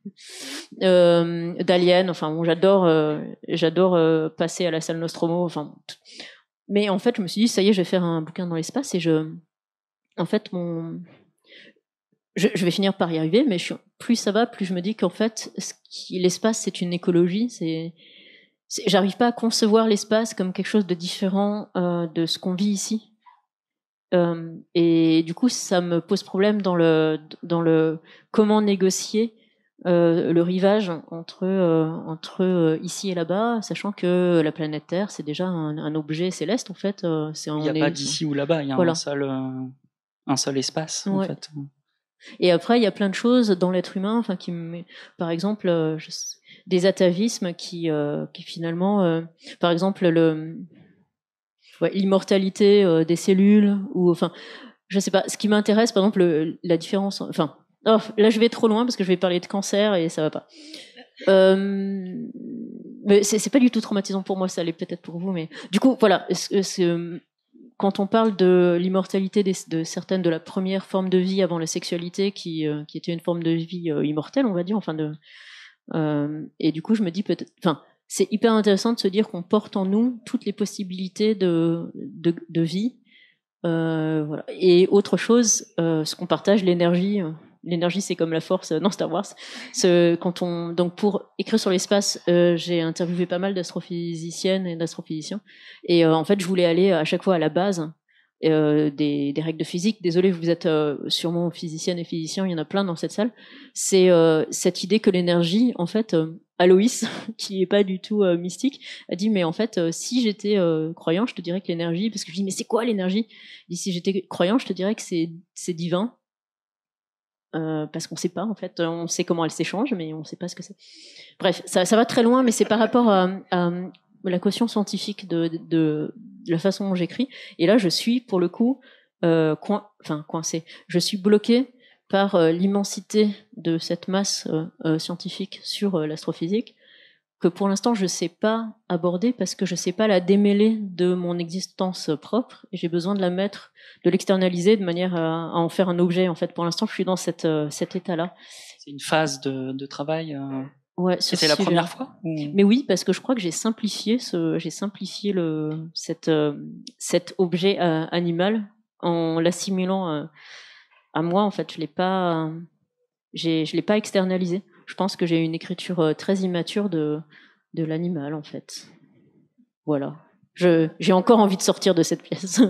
d'Alien. Enfin, bon, j'adore passer à la salle Nostromo. Enfin, mais en fait, je me suis dit ça y est, je vais faire un bouquin dans l'espace et en fait, je vais finir par y arriver. Mais plus ça va, plus je me dis qu'en fait, l'espace c'est une écologie. J'arrive pas à concevoir l'espace comme quelque chose de différent de ce qu'on vit ici. Et du coup, ça me pose problème dans le comment négocier le rivage entre ici et là-bas, sachant que la planète Terre, c'est déjà un objet céleste en fait. Il n'y a pas d'ici ou là-bas, il y a voilà. un seul espace en fait. Et après, il y a plein de choses dans l'être humain, par exemple, des atavismes qui finalement, par exemple, l'immortalité des cellules, ou enfin, je sais pas. Ce qui m'intéresse, par exemple, la différence. Enfin, là, je vais trop loin parce que je vais parler de cancer et ça va pas. Mais c'est pas du tout traumatisant pour moi, ça l'est peut-être pour vous, mais du coup, voilà. Quand on parle de l'immortalité de certaines de la première forme de vie avant la sexualité, qui était une forme de vie immortelle, on va dire, enfin et du coup, je me dis peut-être, enfin, c'est hyper intéressant de se dire qu'on porte en nous toutes les possibilités de vie. Voilà. Et autre chose, ce qu'on partage, l'énergie. L'énergie, c'est comme la force dans Star Wars. Donc pour écrire sur l'espace, j'ai interviewé pas mal d'astrophysiciennes et d'astrophysiciens. Et en fait, je voulais aller à chaque fois à la base des règles de physique. Désolé, vous êtes sûrement physicienne et physicien, il y en a plein dans cette salle. C'est cette idée que l'énergie, en fait, Aloïs, qui est pas du tout mystique, a dit mais en fait, si j'étais croyant, je te dirais que l'énergie, parce que je dis mais c'est quoi l'énergie? Il dit si j'étais croyant, je te dirais que c'est divin. Parce qu'on sait pas en fait, on sait comment elle s'échange, mais on sait pas ce que c'est. Bref, ça va très loin, mais c'est par rapport à la caution scientifique de la façon dont j'écris. Et là, je suis pour le coup coincée. Je suis bloquée par l'immensité de cette masse scientifique sur l'astrophysique, que pour l'instant je sais pas aborder parce que je sais pas la démêler de mon existence propre et j'ai besoin de l'externaliser de manière à en faire un objet. En fait, pour l'instant, je suis dans cet état-là. C'est une phase de travail. Ouais, c'était la première fois Mais oui, parce que je crois que j'ai simplifié cet objet animal en l'assimilant à moi. En fait, je l'ai pas externalisé. Je pense que j'ai une écriture très immature de l'animal, en fait. Voilà. J'ai encore envie de sortir de cette pièce.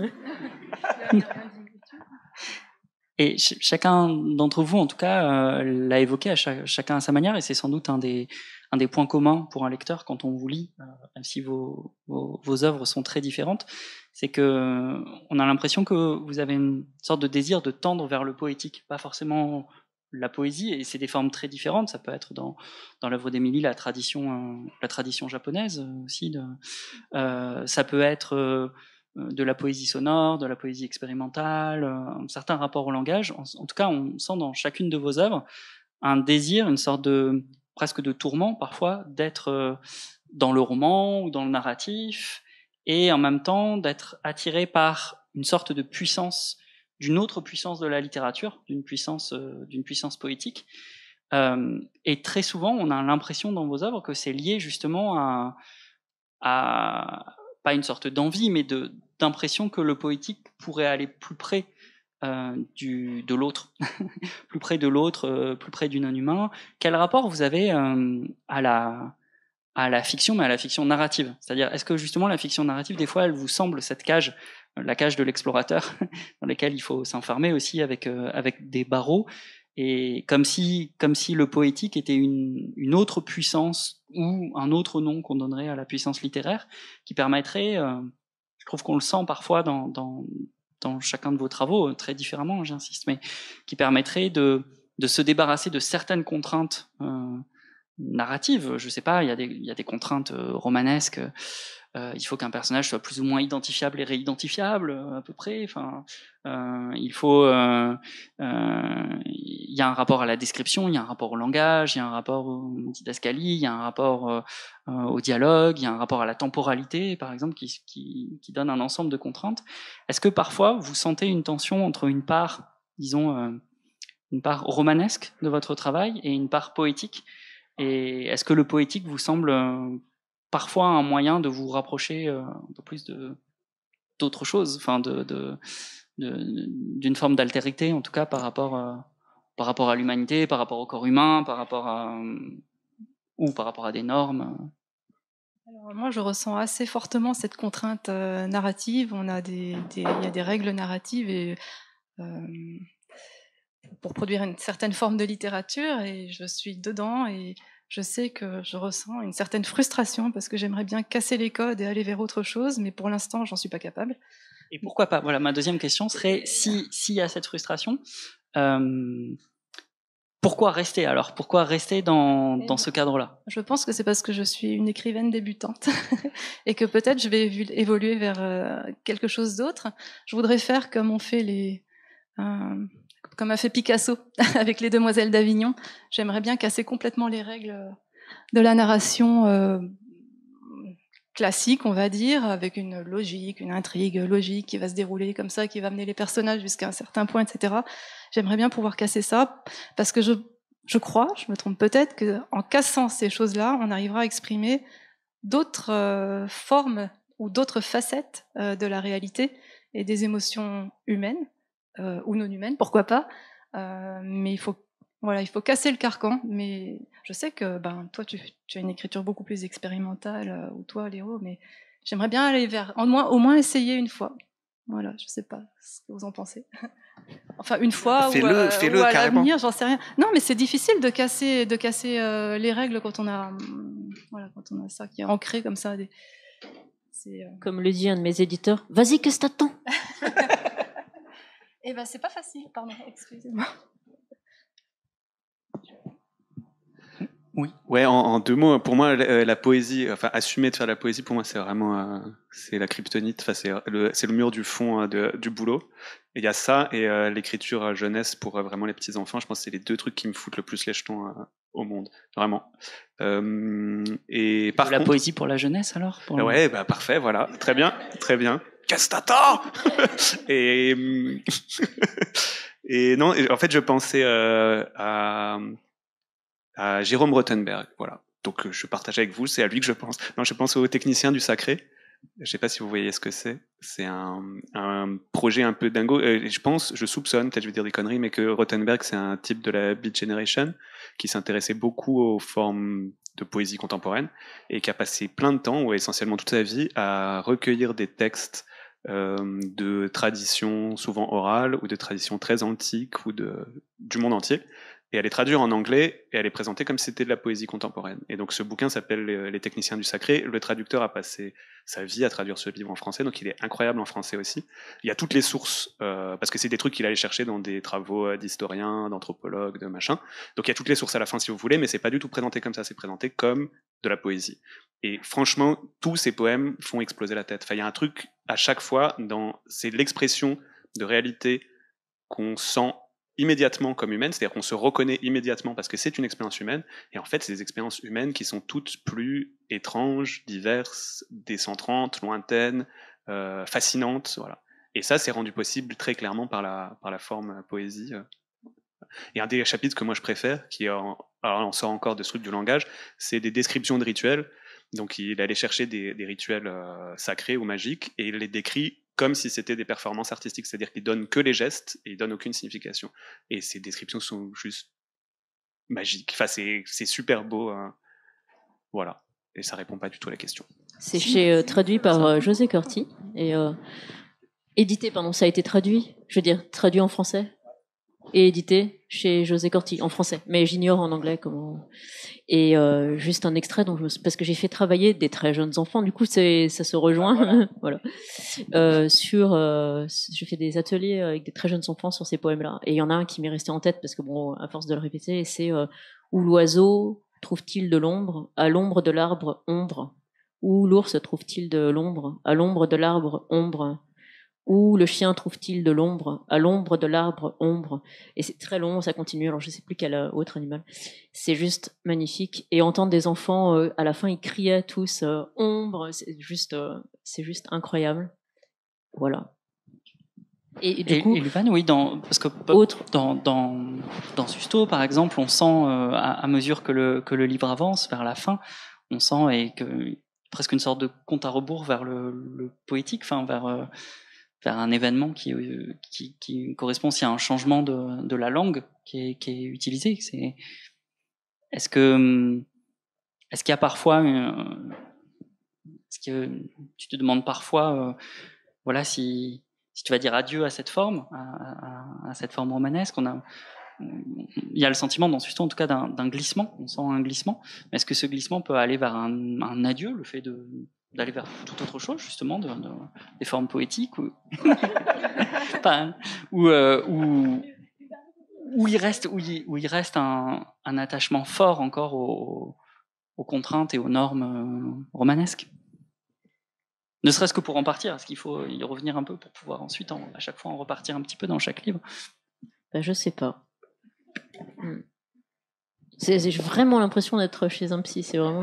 Et chacun d'entre vous, en tout cas, l'a évoqué chacun à sa manière, et c'est sans doute un des points communs pour un lecteur quand on vous lit, même si vos œuvres sont très différentes, c'est que on a l'impression que vous avez une sorte de désir de tendre vers le poétique, pas forcément la poésie, et c'est des formes très différentes. Ça peut être dans l'œuvre d'Émilie la tradition japonaise aussi. Ça peut être de la poésie sonore, de la poésie expérimentale, un certain rapport au langage. En tout cas, on sent dans chacune de vos œuvres un désir, une sorte de presque de tourment parfois, d'être dans le roman ou dans le narratif, et en même temps d'être attiré par une sorte de puissance, d'une autre puissance de la littérature, d'une puissance poétique. Et très souvent, on a l'impression dans vos œuvres que c'est lié justement à pas une sorte d'envie, mais d'impression que le poétique pourrait aller plus près de l'autre, plus près de l'autre, plus près du non-humain. Quel rapport vous avez à la fiction, mais à la fiction narrative? C'est-à-dire, est-ce que justement la fiction narrative, des fois, elle vous semble cette cage, la cage de l'explorateur, dans laquelle il faut s'enfermer aussi avec des barreaux, et comme si le poétique était une autre puissance ou un autre nom qu'on donnerait à la puissance littéraire, qui permettrait, je trouve qu'on le sent parfois dans chacun de vos travaux, très différemment, j'insiste, mais qui permettrait de se débarrasser de certaines contraintes narratives. Je sais pas, il y a des contraintes romanesques. Il faut qu'un personnage soit plus ou moins identifiable et réidentifiable à peu près. Enfin, il y a un rapport à la description, il y a un rapport au langage, il y a un rapport au didascalie, il y a un rapport au dialogue, il y a un rapport à la temporalité, par exemple, qui donne un ensemble de contraintes. Est-ce que parfois vous sentez une tension entre une part, disons, une part romanesque de votre travail et une part poétique? Et est-ce que le poétique vous semble parfois un moyen de vous rapprocher un peu plus d'autre chose, enfin d'une forme d'altérité, en tout cas par rapport à l'humanité, par rapport au corps humain, par rapport à des normes? Alors, moi, je ressens assez fortement cette contrainte narrative. Il y a des règles narratives et pour produire une certaine forme de littérature, et je suis dedans et je sais que je ressens une certaine frustration parce que j'aimerais bien casser les codes et aller vers autre chose, mais pour l'instant, j'en suis pas capable. Et pourquoi pas? Voilà, ma deuxième question serait, s'il y a cette frustration, pourquoi rester alors? Pourquoi rester dans ce cadre-là? Je pense que c'est parce que je suis une écrivaine débutante et que peut-être je vais évoluer vers quelque chose d'autre. Je voudrais faire comme a fait Picasso avec les Demoiselles d'Avignon. J'aimerais bien casser complètement les règles de la narration classique, on va dire, avec une logique, une intrigue logique qui va se dérouler comme ça, qui va amener les personnages jusqu'à un certain point, etc. J'aimerais bien pouvoir casser ça, parce que je crois, je me trompe peut-être, qu'en cassant ces choses-là, on arrivera à exprimer d'autres formes ou d'autres facettes de la réalité et des émotions humaines ou non humaines, pourquoi pas. Mais il faut casser le carcan. Mais je sais que toi, tu as une écriture beaucoup plus expérimentale, ou toi, Léo, mais j'aimerais bien aller vers, au moins essayer une fois. Voilà, je sais pas ce que vous en pensez. Enfin, une fois ou à l'avenir, j'en sais rien. Non, mais c'est difficile de casser les règles quand on a ça qui est ancré comme ça. Comme le dit un de mes éditeurs, vas-y, qu'est-ce que t'attends? Eh ben, c'est pas facile, pardon, excusez-moi. Oui. Ouais, en 2 mots, pour moi, la poésie, enfin, assumer de faire la poésie, pour moi, c'est vraiment, c'est la kryptonite. Enfin, c'est le mur du fond du boulot. Et il y a ça et l'écriture jeunesse pour vraiment les petits enfants. Je pense que c'est les 2 trucs qui me foutent le plus les jetons au monde, vraiment. Et par la contre, poésie pour la jeunesse alors ouais, bah parfait, voilà, très bien, très bien. Qu'est-ce que t'attends? et et non, en fait, je pensais à Jérôme Rothenberg, voilà. Donc je partage avec vous, c'est à lui que je pense. Non, je pense au technicien du sacré. Je sais pas si vous voyez ce que c'est. C'est un projet un peu dingo. Je soupçonne, peut-être je vais dire des conneries, mais que Rothenberg, c'est un type de la Beat Generation qui s'intéressait beaucoup aux formes de poésie contemporaine et qui a passé plein de temps, ou essentiellement toute sa vie, à recueillir des textes de traditions souvent orales ou de traditions très antiques ou du monde entier, et à les traduire en anglais et à les présenter comme si c'était de la poésie contemporaine. Et donc ce bouquin s'appelle Les techniciens du sacré. Le traducteur a passé sa vie à traduire ce livre en français, donc il est incroyable en français aussi. Il y a toutes les sources, parce que c'est des trucs qu'il allait chercher dans des travaux d'historiens, d'anthropologues, de machin. Donc il y a toutes les sources à la fin si vous voulez, mais c'est pas du tout présenté comme ça, c'est présenté comme de la poésie. Et franchement, tous ces poèmes font exploser la tête. Enfin, il y a un truc à chaque fois, c'est l'expression de réalité qu'on sent immédiatement comme humaine, c'est-à-dire qu'on se reconnaît immédiatement parce que c'est une expérience humaine, et en fait, c'est des expériences humaines qui sont toutes plus étranges, diverses, décentrantes, lointaines, fascinantes, voilà. Et ça, c'est rendu possible très clairement par la forme poésie. Et un des chapitres que moi je préfère, alors on sort encore de ce truc du langage, c'est des descriptions de rituels. Donc il allait chercher des rituels sacrés ou magiques et il les décrit comme si c'était des performances artistiques, c'est-à-dire qu'il donne que les gestes et il donne aucune signification. Et ces descriptions sont juste magiques. Enfin, c'est super beau, hein. Voilà. Et ça répond pas du tout à la question. C'est traduit par José Corti et édité, pardon, ça a été traduit, je veux dire traduit en français et édité chez José Corti en français, mais j'ignore en anglais comment. Et juste un extrait parce que j'ai fait travailler des très jeunes enfants, du coup ça se rejoint, voilà. J'ai fait des ateliers avec des très jeunes enfants sur ces poèmes-là, et il y en a un qui m'est resté en tête parce que bon, à force de le répéter, c'est où l'oiseau trouve-t-il de l'ombre à l'ombre de l'arbre ombre, où l'ours trouve-t-il de l'ombre à l'ombre de l'arbre ombre. Où le chien trouve-t-il de l'ombre à l'ombre de l'arbre ombre. Et c'est très long, ça continue, alors je sais plus quel autre animal. C'est juste magnifique. Et entendre des enfants, à la fin, ils criaient tous ombre, c'est juste incroyable. Voilà. Et du coup, Luvan, oui, parce que dans Susto, par exemple, on sent à mesure que le livre avance vers la fin, on sent presque une sorte de compte à rebours vers le poétique, enfin vers un événement qui correspond aussi à un changement de la langue qui est utilisé. Est-ce qu'il y a parfois, est-ce que tu te demandes parfois, voilà, si tu vas dire adieu à cette forme, à cette forme romanesque, il y a le sentiment dans Susto en tout cas d'un glissement, on sent un glissement, mais est-ce que ce glissement peut aller vers un adieu, le fait d'aller vers toute autre chose, justement, des formes poétiques, enfin, où il reste un attachement fort encore aux contraintes et aux normes romanesques. Ne serait-ce que pour en partir, est-ce qu'il faut y revenir un peu pour pouvoir ensuite à chaque fois en repartir un petit peu dans chaque livre? Je sais pas. J'ai vraiment l'impression d'être chez un psy, c'est vraiment...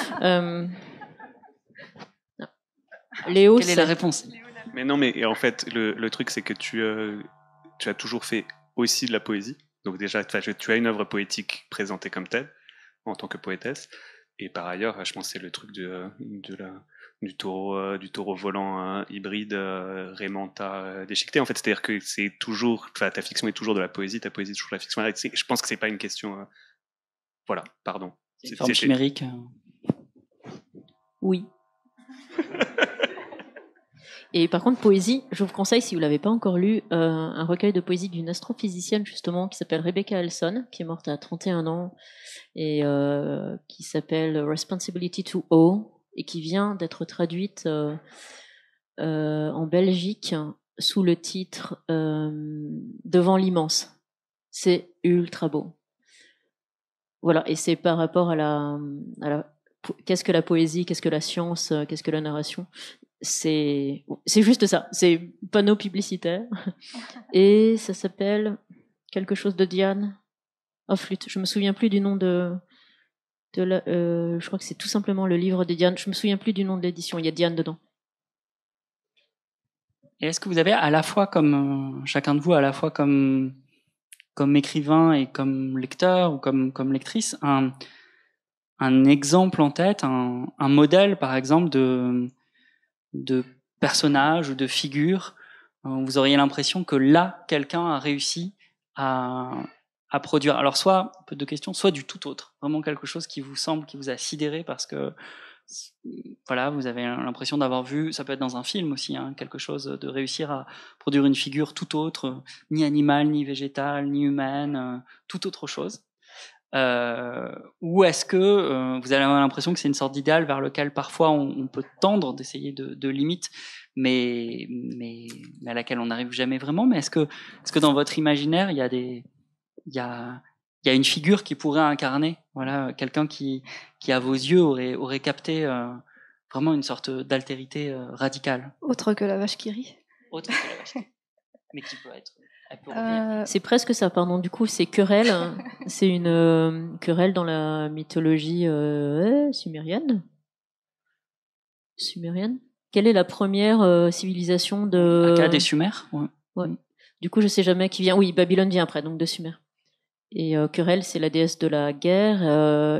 Léo, quelle est la réponse? Mais non, mais en fait, le truc, c'est que tu as toujours fait aussi de la poésie. Donc déjà, tu as une œuvre poétique présentée comme telle, en tant que poétesse. Et par ailleurs, je pense que c'est le truc du taureau volant hybride, Raymanta déchiqueté. En fait, c'est-à-dire que c'est toujours, ta fiction est toujours de la poésie, ta poésie est toujours de la fiction. Je pense que c'est pas une question. Voilà, pardon. C'est une forme chimérique. Oui. Et par contre, poésie, je vous conseille, si vous l'avez pas encore lu, un recueil de poésie d'une astrophysicienne justement qui s'appelle Rebecca Elson, qui est morte à 31 ans et qui s'appelle Responsibility to Awe et qui vient d'être traduite en Belgique sous le titre Devant l'immense. C'est ultra beau. Voilà, et c'est par rapport à la qu'est-ce que la poésie, qu'est-ce que la science, qu'est-ce que la narration. C'est juste ça, c'est panneau publicitaire. Et ça s'appelle quelque chose de Diane. Oh flûte, je me souviens plus du nom je crois que c'est tout simplement le livre de Diane. Je me souviens plus du nom de l'édition, il y a Diane dedans. Et est-ce que vous avez à la fois comme chacun de vous, à la fois comme écrivain et comme lecteur ou comme lectrice, un exemple en tête, un modèle par exemple de personnage ou de figure, vous auriez l'impression que là, quelqu'un a réussi à produire. Alors soit, peu de questions, soit du tout autre. Vraiment quelque chose qui vous semble, qui vous a sidéré parce que voilà, vous avez l'impression d'avoir vu, ça peut être dans un film aussi, hein, quelque chose de réussir à produire une figure tout autre, ni animale, ni végétale, ni humaine, tout autre chose. Ou est-ce que vous avez l'impression que c'est une sorte d'idéal vers lequel parfois on peut tendre, d'essayer de limites, mais à laquelle on n'arrive jamais vraiment. Mais est-ce que dans votre imaginaire il y a une figure qui pourrait incarner, voilà, quelqu'un qui à vos yeux aurait capté vraiment une sorte d'altérité radicale. Autre que la vache qui rit. Autre que la vache qui rit. Mais qui peut être. C'est presque ça, pardon. Du coup, c'est querelle. C'est une querelle dans la mythologie sumérienne. Sumérienne. Quelle est la première civilisation de... Akkad des Sumères. Ouais. Ouais. Du coup, je sais jamais qui vient. Oui, Babylone vient après, donc de Sumer. Et Querelle, c'est la déesse de la guerre.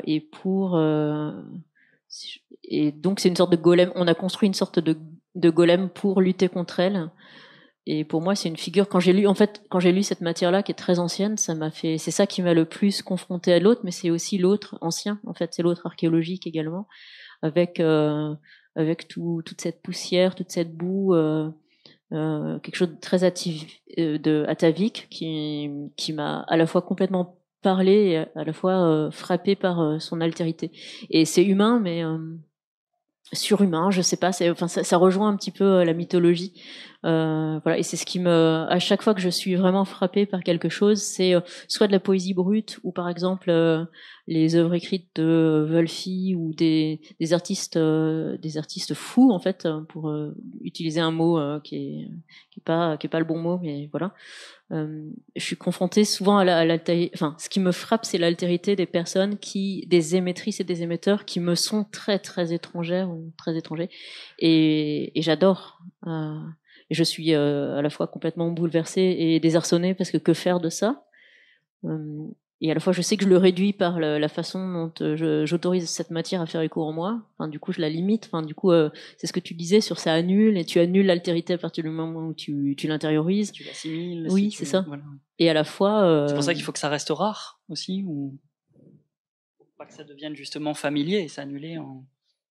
Et donc, c'est une sorte de golem. On a construit une sorte de golem pour lutter contre elle. Et pour moi, c'est une figure. Quand j'ai lu cette matière-là, qui est très ancienne, c'est ça qui m'a le plus confronté à l'autre, mais c'est aussi l'autre ancien. En fait, c'est l'autre archéologique également, avec toute cette poussière, toute cette boue, quelque chose de très atavique qui m'a à la fois complètement parlé et à la fois frappé par son altérité. Et c'est humain, mais surhumain, je sais pas, ça rejoint un petit peu la mythologie, voilà, et c'est ce qui à chaque fois que je suis vraiment frappée par quelque chose, c'est soit de la poésie brute ou par exemple les œuvres écrites de Wolfi ou des artistes fous en fait, pour utiliser un mot qui est pas le bon mot, mais voilà. Je suis confrontée souvent ce qui me frappe, c'est l'altérité des personnes des émettrices et des émetteurs qui me sont très très étrangères ou très étrangers, et j'adore. Et je suis à la fois complètement bouleversée et désarçonnée parce que faire de ça? Et à la fois, je sais que je le réduis par la façon dont j'autorise cette matière à faire écho en moi. Enfin, du coup, je la limite. Enfin, du coup, c'est ce que tu disais sur ça annule, et tu annules l'altérité à partir du moment où tu l'intériorises. Tu l'assimiles. Oui, c'est ça. Voilà. Et à la fois... C'est pour ça qu'il faut que ça reste rare aussi, ou pas que ça devienne justement familier et s'annuler en...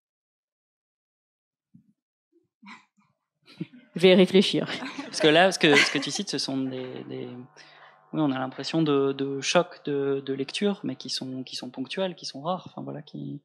Je vais y réfléchir. Parce que là, ce que tu cites, ce sont oui, on a l'impression de chocs de lecture, mais qui sont ponctuels, qui sont rares. Enfin voilà, qui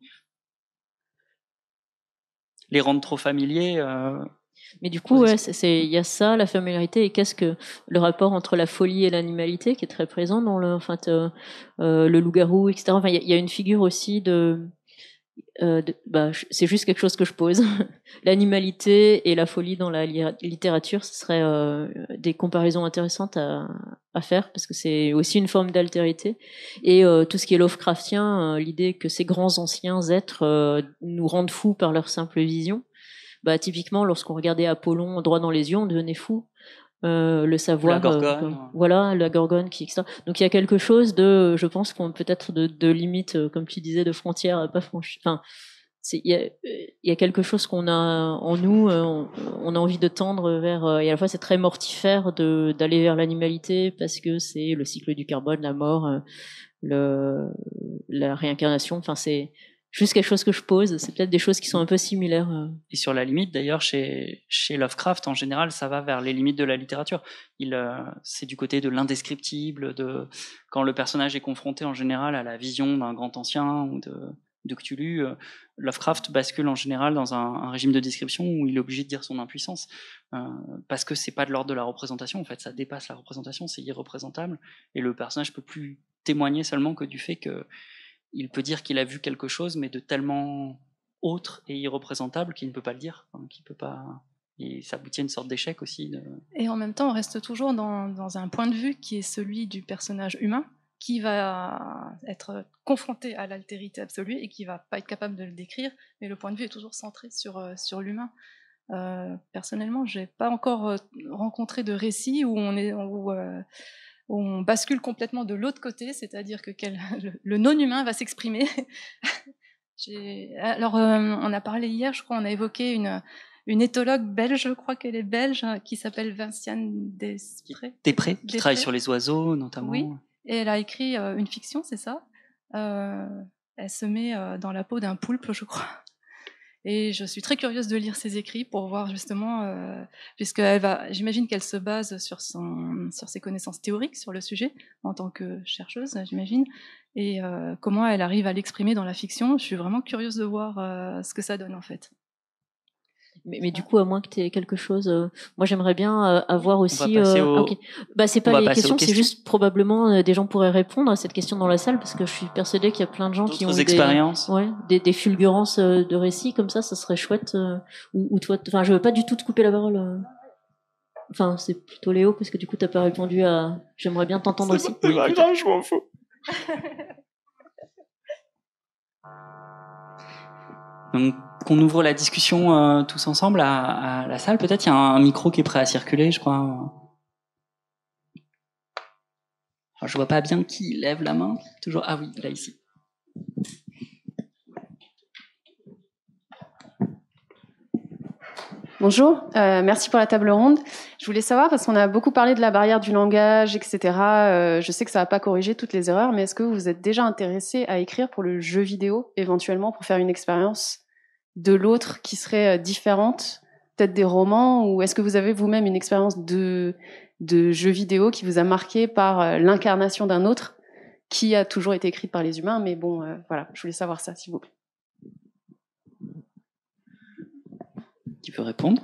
les rendent trop familiers. Mais du coup, il y a ça, la familiarité, et qu'est-ce que le rapport entre la folie et l'animalité qui est très présent dans le loup-garou, etc. Enfin, il y a une figure aussi c'est juste quelque chose que je pose. L'animalité et la folie dans la littérature, ce serait des comparaisons intéressantes à faire, parce que c'est aussi une forme d'altérité. Et tout ce qui est Lovecraftien, l'idée que ces grands anciens êtres nous rendent fous par leur simple vision. Typiquement, lorsqu'on regardait Apollon droit dans les yeux, on devenait fou. Le savoir, la Gorgone. Voilà, la Gorgone qui, etc. Donc il y a quelque chose de, je pense qu'on peut-être de limite, comme tu disais, de frontières pas franchies. Enfin, il y a quelque chose qu'on a en nous, on a envie de tendre vers, et à la fois c'est très mortifère d'aller vers l'animalité parce que c'est le cycle du carbone, la mort, la réincarnation. Enfin, c'est juste quelque chose que je pose. C'est peut-être des choses qui sont un peu similaires. Et sur la limite, d'ailleurs, chez Lovecraft, en général, ça va vers les limites de la littérature. C'est du côté de l'indescriptible, quand le personnage est confronté en général à la vision d'un grand ancien ou de Cthulhu, Lovecraft bascule en général dans un régime de description où il est obligé de dire son impuissance, parce que c'est pas de l'ordre de la représentation. En fait, ça dépasse la représentation, c'est irreprésentable, et le personnage peut plus témoigner seulement que du fait que il peut dire qu'il a vu quelque chose, mais de tellement autre et irreprésentable qu'il ne peut pas le dire, qu'il peut pas. Et ça aboutit à une sorte d'échec aussi. Et en même temps, on reste toujours dans un point de vue qui est celui du personnage humain, qui va être confronté à l'altérité absolue et qui va pas être capable de le décrire, mais le point de vue est toujours centré sur l'humain. Personnellement, j'ai pas encore rencontré de récit où on bascule complètement de l'autre côté, c'est-à-dire que le non-humain va s'exprimer. Alors, on a parlé hier, je crois, on a évoqué une éthologue belge, je crois qu'elle est belge, qui s'appelle Vinciane Després, qui travaille sur les oiseaux, notamment. Oui, et elle a écrit une fiction, c'est ça. Elle se met dans la peau d'un poulpe, je crois. Et je suis très curieuse de lire ses écrits pour voir justement, puisque j'imagine qu'elle se base sur ses connaissances théoriques sur le sujet en tant que chercheuse, j'imagine, et comment elle arrive à l'exprimer dans la fiction. Je suis vraiment curieuse de voir ce que ça donne en fait. Mais du coup, à moins que tu aies quelque chose, moi j'aimerais bien avoir aussi. On va passer okay. C'est pas les questions, c'est juste probablement des gens pourraient répondre à cette question dans la salle parce que je suis persuadée qu'il y a plein de gens qui ont expériences. Des fulgurances de récits comme ça serait chouette. Ou toi, enfin, je veux pas du tout te couper la parole. Enfin, c'est plutôt Léo parce que du coup t'as pas répondu à. J'aimerais bien t'entendre aussi. C'est pas grave, je m'en fous. Donc, qu'on ouvre la discussion tous ensemble à la salle. Peut-être il y a un micro qui est prêt à circuler, je crois. Alors, je vois pas bien qui lève la main. Toujours. Ah oui, là ici. Bonjour, merci pour la table ronde. Je voulais savoir, parce qu'on a beaucoup parlé de la barrière du langage, etc. Je sais que ça va pas corriger toutes les erreurs, mais est-ce que vous êtes déjà intéressé à écrire pour le jeu vidéo, éventuellement, pour faire une expérience de l'autre qui serait différente, peut-être des romans, ou est-ce que vous avez vous-même une expérience de jeu vidéo qui vous a marqué par l'incarnation d'un autre qui a toujours été écrite par les humains, mais bon, voilà, je voulais savoir ça, s'il vous plaît. Qui peut répondre?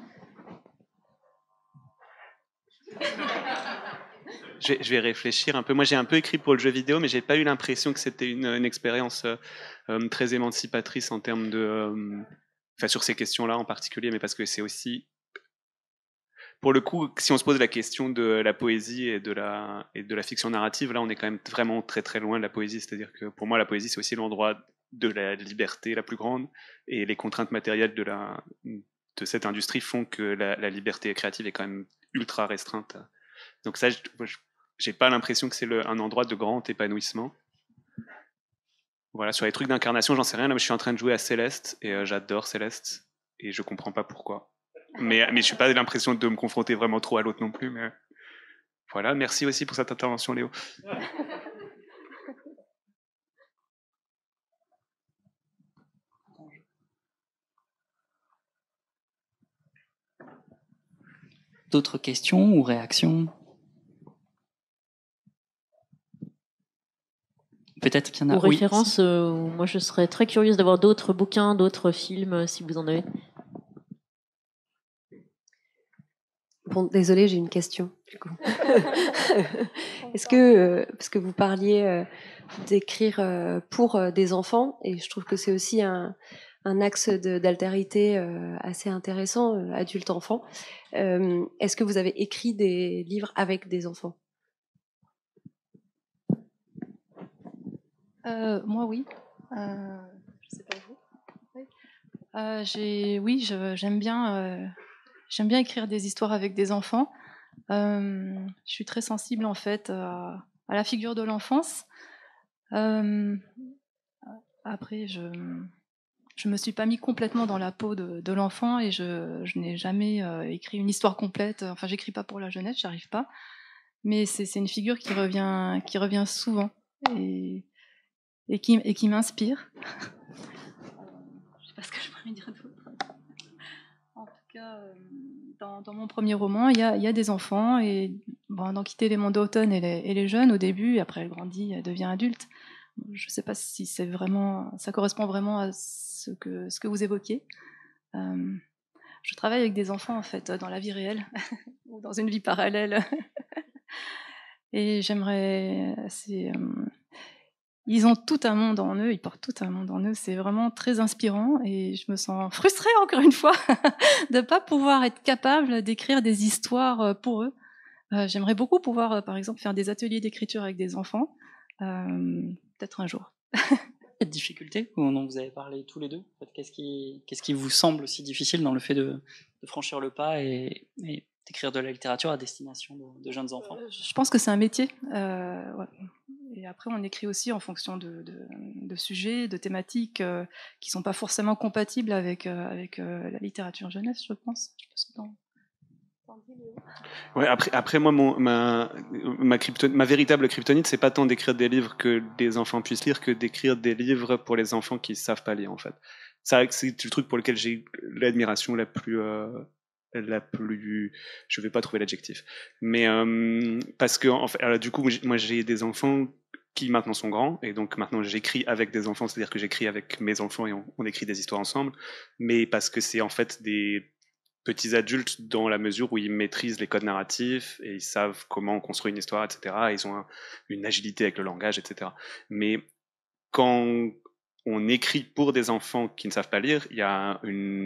Je vais réfléchir un peu. Moi, j'ai un peu écrit pour le jeu vidéo, mais j'ai pas eu l'impression que c'était une expérience très émancipatrice en termes de, enfin, sur ces questions-là en particulier, mais parce que c'est aussi, pour le coup, si on se pose la question de la poésie et de la fiction narrative, là, on est quand même vraiment très très loin de la poésie. C'est-à-dire que pour moi, la poésie, c'est aussi l'endroit de la liberté la plus grande, et les contraintes matérielles de cette industrie font que la liberté créative est quand même ultra restreinte. Donc ça, j'ai pas l'impression que c'est un endroit de grand épanouissement. Voilà, sur les trucs d'incarnation, j'en sais rien. Là, je suis en train de jouer à Céleste, et j'adore Céleste, et je comprends pas pourquoi. Mais je n'ai pas l'impression de me confronter vraiment trop à l'autre non plus. Mais voilà, merci aussi pour cette intervention, Léo. D'autres questions ou réactions? Peut-être qu'il y en a. Ou références, moi je serais très curieuse d'avoir d'autres bouquins, d'autres films, si vous en avez. Bon, désolée, j'ai une question. Du coup. Est-ce que, parce que vous parliez d'écrire pour des enfants, et je trouve que c'est aussi un axe d'altérité assez intéressant, adulte-enfant. Est-ce que vous avez écrit des livres avec des enfants? Moi, oui. Je sais pas vous. Oui, j'aime bien écrire des histoires avec des enfants. Je suis très sensible en fait à la figure de l'enfance. Après, je me suis pas mis complètement dans la peau de l'enfant et je n'ai jamais écrit une histoire complète. Enfin, j'écris pas pour la jeunesse, j'arrive pas. Mais c'est une figure qui revient souvent et qui m'inspire. Je sais pas ce que je pourrais dire d'autre. En tout cas, dans mon premier roman, il y a des enfants et dans Quitter les monts d'automne, elle est jeune au début, et après elle grandit, elle devient adulte. Je ne sais pas si ça correspond vraiment à ce que vous évoquiez. Je travaille avec des enfants en fait dans la vie réelle ou dans une vie parallèle, et ils ont tout un monde en eux, ils portent tout un monde en eux. C'est vraiment très inspirant et je me sens frustrée encore une fois de ne pas pouvoir être capable d'écrire des histoires pour eux. J'aimerais beaucoup pouvoir, par exemple, faire des ateliers d'écriture avec des enfants, peut-être un jour. Cette difficulté dont vous avez parlé tous les deux, en fait, qu'est-ce qui vous semble si difficile dans le fait de franchir le pas et d'écrire de la littérature à destination de jeunes enfants? Je pense que c'est un métier. Ouais. Et après, on écrit aussi en fonction de sujets, de thématiques qui ne sont pas forcément compatibles avec la littérature jeunesse, je pense. Je pense que Ouais, après moi, ma véritable kryptonite, c'est pas tant d'écrire des livres que des enfants puissent lire, que d'écrire des livres pour les enfants qui savent pas lire, en fait. Ça, c'est le truc pour lequel j'ai l'admiration la plus, je vais pas trouver l'adjectif, mais parce que en fait, alors, du coup, moi j'ai des enfants qui maintenant sont grands, et donc maintenant j'écris avec des enfants, c'est-à-dire que j'écris avec mes enfants et on écrit des histoires ensemble, mais parce que c'est en fait des petits adultes dans la mesure où ils maîtrisent les codes narratifs et ils savent comment on construit une histoire, etc. Et ils ont une agilité avec le langage, etc. Mais quand on écrit pour des enfants qui ne savent pas lire, il y a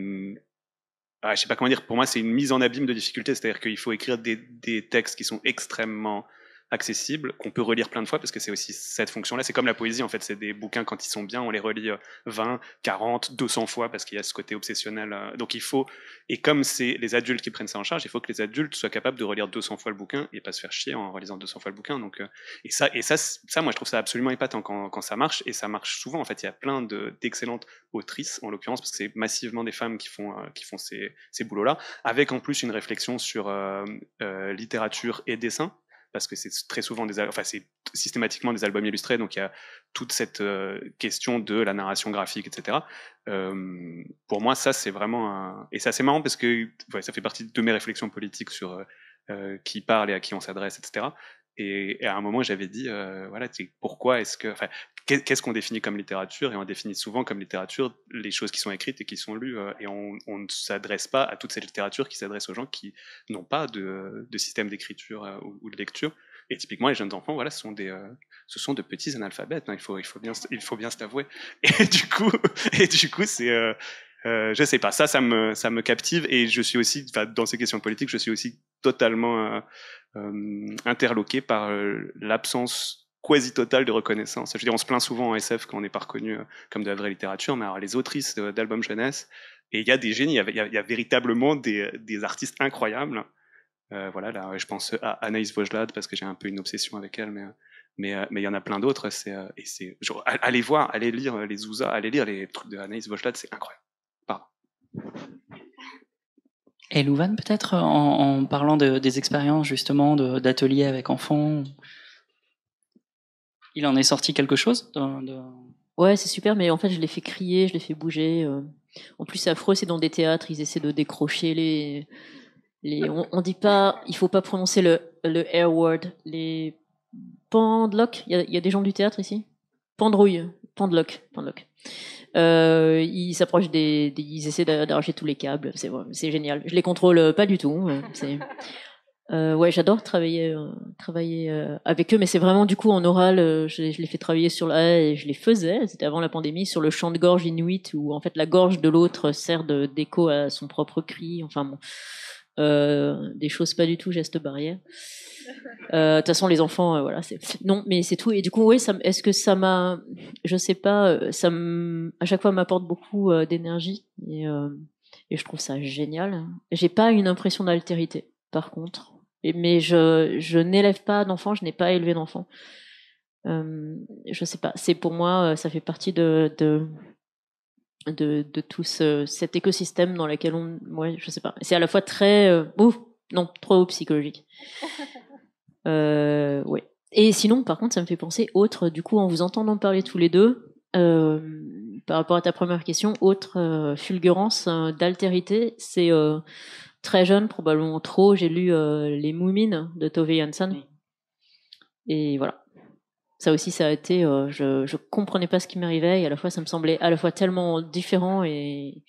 je sais pas comment dire, pour moi c'est une mise en abîme de difficulté, c'est-à-dire qu'il faut écrire des textes qui sont extrêmement accessibles, qu'on peut relire plein de fois, parce que c'est aussi cette fonction-là. C'est comme la poésie, en fait, c'est des bouquins, quand ils sont bien, on les relit 20, 40, 200 fois, parce qu'il y a ce côté obsessionnel. Donc il faut, et comme c'est les adultes qui prennent ça en charge, il faut que les adultes soient capables de relire 200 fois le bouquin, et pas se faire chier en relisant 200 fois le bouquin. Donc, et ça, moi je trouve ça absolument épatant quand ça marche, et ça marche souvent, en fait. Il y a plein d'excellentes autrices, en l'occurrence, parce que c'est massivement des femmes qui font ces boulots-là, avec en plus une réflexion sur littérature et dessin, parce que c'est très souvent c'est systématiquement des albums illustrés, donc il y a toute cette question de la narration graphique, etc. Pour moi, ça c'est vraiment et c'est assez marrant parce que ça fait partie de mes réflexions politiques sur qui parle et à qui on s'adresse, etc. Et à un moment, j'avais dit, pourquoi est-ce que, qu'est-ce qu'on définit comme littérature? Et on définit souvent comme littérature les choses qui sont écrites et qui sont lues, et on ne s'adresse pas à toute cette littérature qui s'adresse aux gens qui n'ont pas de système d'écriture ou de lecture. Et typiquement, les jeunes enfants, voilà, ce sont de petits analphabètes, hein, il faut bien se l'avouer. Et du coup, c'est je sais pas, ça me captive, et je suis aussi, dans ces questions politiques, je suis aussi totalement interloqué par l'absence quasi totale de reconnaissance. Je veux dire, on se plaint souvent en SF quand on n'est pas reconnu comme de la vraie littérature, mais alors les autrices d'albums jeunesse, et il y a des génies, il y a véritablement des artistes incroyables. Voilà, là, je pense à Anaïs Vojlad parce que j'ai un peu une obsession avec elle, mais il y en a plein d'autres. Allez voir, allez lire les Zouza, allez lire les trucs de Anaïs Vojlad, c'est incroyable. Pardon. Et Louvain, peut-être, en parlant des expériences justement d'ateliers avec enfants, il en est sorti quelque chose Ouais, c'est super, mais en fait, je les fais crier, je les fais bouger. En plus, c'est affreux, c'est dans des théâtres, ils essaient de décrocher on dit pas, il faut pas prononcer le air word, les pendlock. Il y a des gens du théâtre ici? Pendrouille, pendlock. Ils s'approchent ils essaient d'arracher tous les câbles. C'est génial. Je les contrôle pas du tout. Ouais, j'adore travailler avec eux, mais c'est vraiment du coup en oral. Je les fais travailler et je les faisais. C'était avant la pandémie sur le chant de gorge inuit où en fait la gorge de l'autre sert d'écho à son propre cri. Enfin bon, des choses pas du tout gestes barrières. De toute façon, les enfants, voilà, non, mais c'est tout. Et du coup, oui, est-ce que ça m'a, je sais pas, à chaque fois m'apporte beaucoup d'énergie et je trouve ça génial. J'ai pas une impression d'altérité, par contre. Mais je n'élève pas d'enfants, je n'ai pas élevé d'enfants. Je sais pas. C'est pour moi, ça fait partie de tout cet écosystème dans lequel ouais, je sais pas. C'est à la fois très, non, trop psychologique. Ouais. Et sinon, par contre, ça me fait penser du coup, en vous entendant parler tous les deux, par rapport à ta première question, fulgurance d'altérité, c'est très jeune, probablement trop, j'ai lu Les Moumines de Tove Jansson. Et voilà. Ça aussi, ça a été, je comprenais pas ce qui m'arrivait, et à la fois, ça me semblait à la fois tellement différent et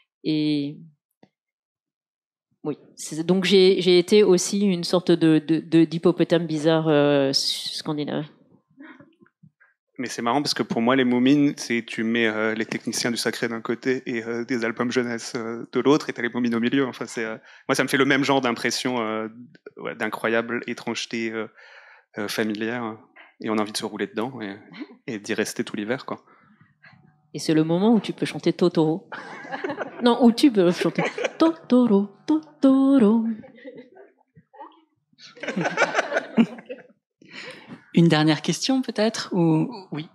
oui. Donc j'ai été aussi une sorte d'hippopotame bizarre scandinave. Mais c'est marrant parce que pour moi, les Moumines, c'est tu mets les techniciens du sacré d'un côté et des albums jeunesse de l'autre, et t'as les Moumines au milieu. Enfin, moi, ça me fait le même genre d'impression d'incroyable étrangeté familière, et on a envie de se rouler dedans et d'y rester tout l'hiver, quoi. Et c'est le moment où tu peux chanter Totoro. Non, où tu peux chanter Totoro, Totoro. Une dernière question peut-être ou... Oui.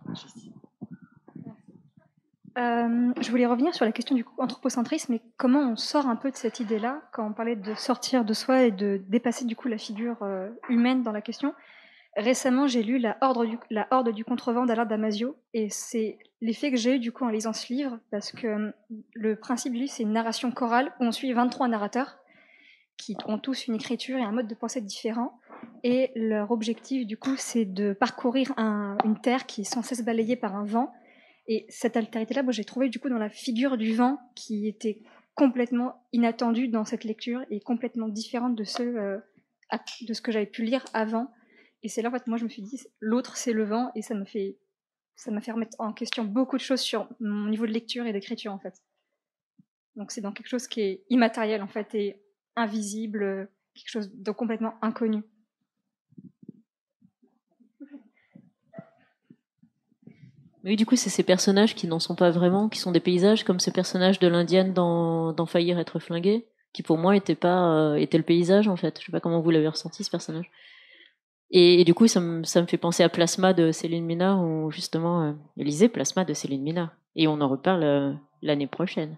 Je voulais revenir sur la question du anthropocentrisme et comment on sort un peu de cette idée-là quand on parlait de sortir de soi et de dépasser du coup la figure humaine dans la question. Récemment, j'ai lu La Horde du contrevent d'Alain Damasio et c'est l'effet que j'ai eu du coup en lisant ce livre parce que le principe du livre, c'est une narration chorale où on suit 23 narrateurs qui ont tous une écriture et un mode de pensée différent. Et leur objectif, du coup, c'est de parcourir une terre qui est sans cesse balayée par un vent. Et cette altérité-là, moi, j'ai trouvé du coup dans la figure du vent qui était complètement inattendue dans cette lecture et complètement différente de ce que j'avais pu lire avant. Et c'est là, en fait, moi, je me suis dit, l'autre, c'est le vent, et ça m'a fait remettre en question beaucoup de choses sur mon niveau de lecture et d'écriture, en fait. Donc, c'est dans quelque chose qui est immatériel, en fait, et invisible, quelque chose de complètement inconnu. Oui, du coup, c'est ces personnages qui n'en sont pas vraiment, qui sont des paysages, comme ce personnage de l'Indienne dans Faillir être flingué, qui pour moi était le paysage, en fait. Je sais pas comment vous l'avez ressenti, ce personnage. Et du coup, ça me fait penser à Plasma de Céline Minard, où justement, lisez Plasma de Céline Minard. Et on en reparle l'année prochaine.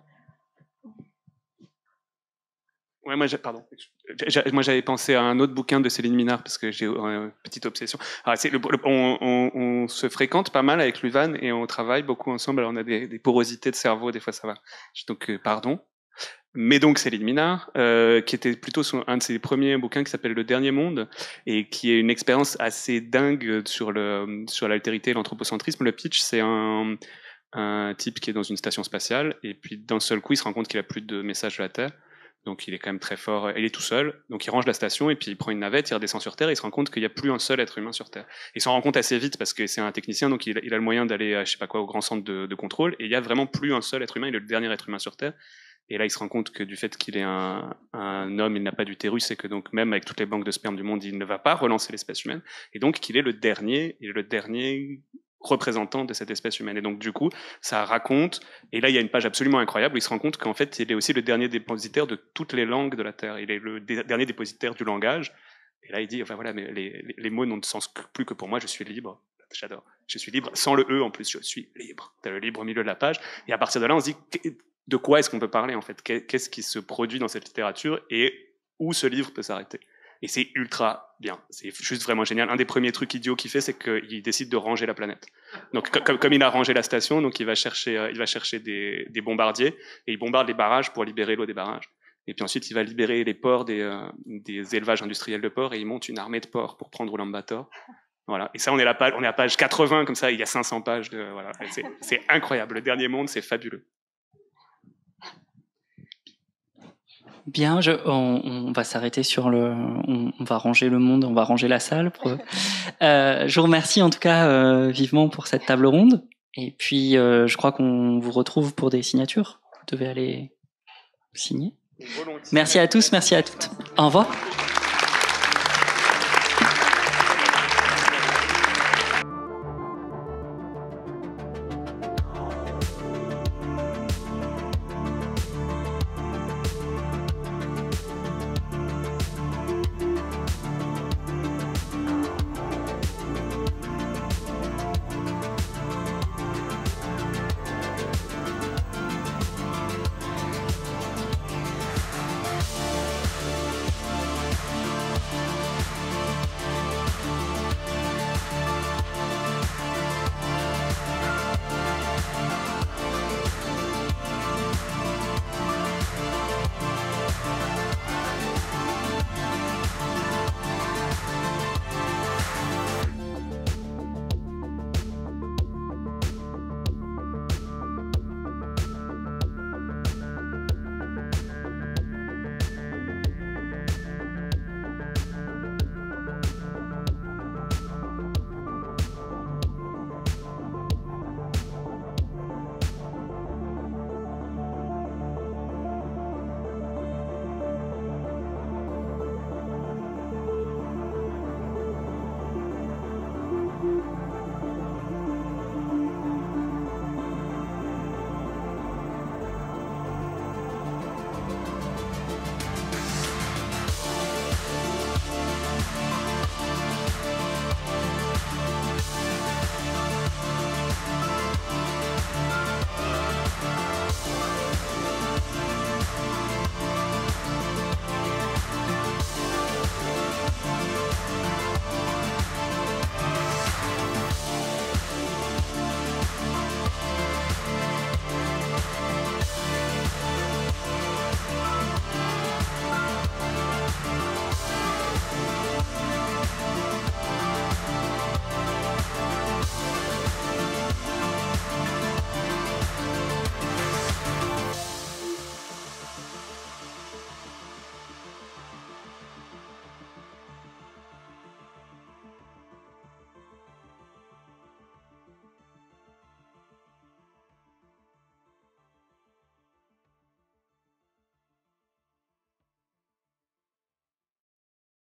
Ouais, moi j'avais pensé à un autre bouquin de Céline Minard parce que j'ai une petite obsession. Alors, on se fréquente pas mal avec Luvan et on travaille beaucoup ensemble. Alors on a des porosités de cerveau, des fois ça va. Donc pardon. Mais donc Céline Minard, qui était plutôt un de ses premiers bouquins qui s'appelle Le Dernier Monde et qui est une expérience assez dingue sur l'altérité et l'anthropocentrisme. Le pitch, c'est un type qui est dans une station spatiale et puis d'un seul coup il se rend compte qu'il a plus de messages de la Terre. Donc il est quand même très fort, il est tout seul, donc il range la station et puis il prend une navette, il redescend sur Terre et il se rend compte qu'il n'y a plus un seul être humain sur Terre. Il s'en rend compte assez vite parce que c'est un technicien, donc il a le moyen d'aller à je sais pas quoi au grand centre de contrôle et il y a vraiment plus un seul être humain, il est le dernier être humain sur Terre. Et là il se rend compte que du fait qu'il est un homme, il n'a pas d'utérus et que donc même avec toutes les banques de sperme du monde, il ne va pas relancer l'espèce humaine et donc qu'il est le dernier représentant de cette espèce humaine. Et donc, du coup, ça raconte, et là, il y a une page absolument incroyable où il se rend compte qu'en fait, il est aussi le dernier dépositaire de toutes les langues de la Terre. Il est le dernier dépositaire du langage. Et là, il dit, enfin voilà, mais les mots n'ont de sens plus que pour moi, je suis libre. J'adore. Je suis libre, sans le E en plus, je suis libre. T'as le libre au milieu de la page. Et à partir de là, on se dit, de quoi est-ce qu'on peut parler, en fait? Qu'est-ce qui se produit dans cette littérature et où ce livre peut s'arrêter? Et c'est ultra bien. C'est juste vraiment génial. Un des premiers trucs idiots qu'il fait, c'est qu'il décide de ranger la planète. Donc, comme il a rangé la station, donc il va chercher des bombardiers et il bombarde les barrages pour libérer l'eau des barrages. Et puis ensuite, il va libérer les ports des élevages industriels de porcs et il monte une armée de porcs pour prendre Ulaanbaatar. Voilà. Et ça, on est à la page 80, comme ça, il y a 500 pages. Voilà. C'est incroyable. Le Dernier Monde, c'est fabuleux. Bien, on va s'arrêter sur on va ranger le monde, on va ranger la salle. Je vous remercie en tout cas vivement pour cette table ronde. Et puis, je crois qu'on vous retrouve pour des signatures. Vous devez aller signer. Merci à tous, merci à toutes. Au revoir.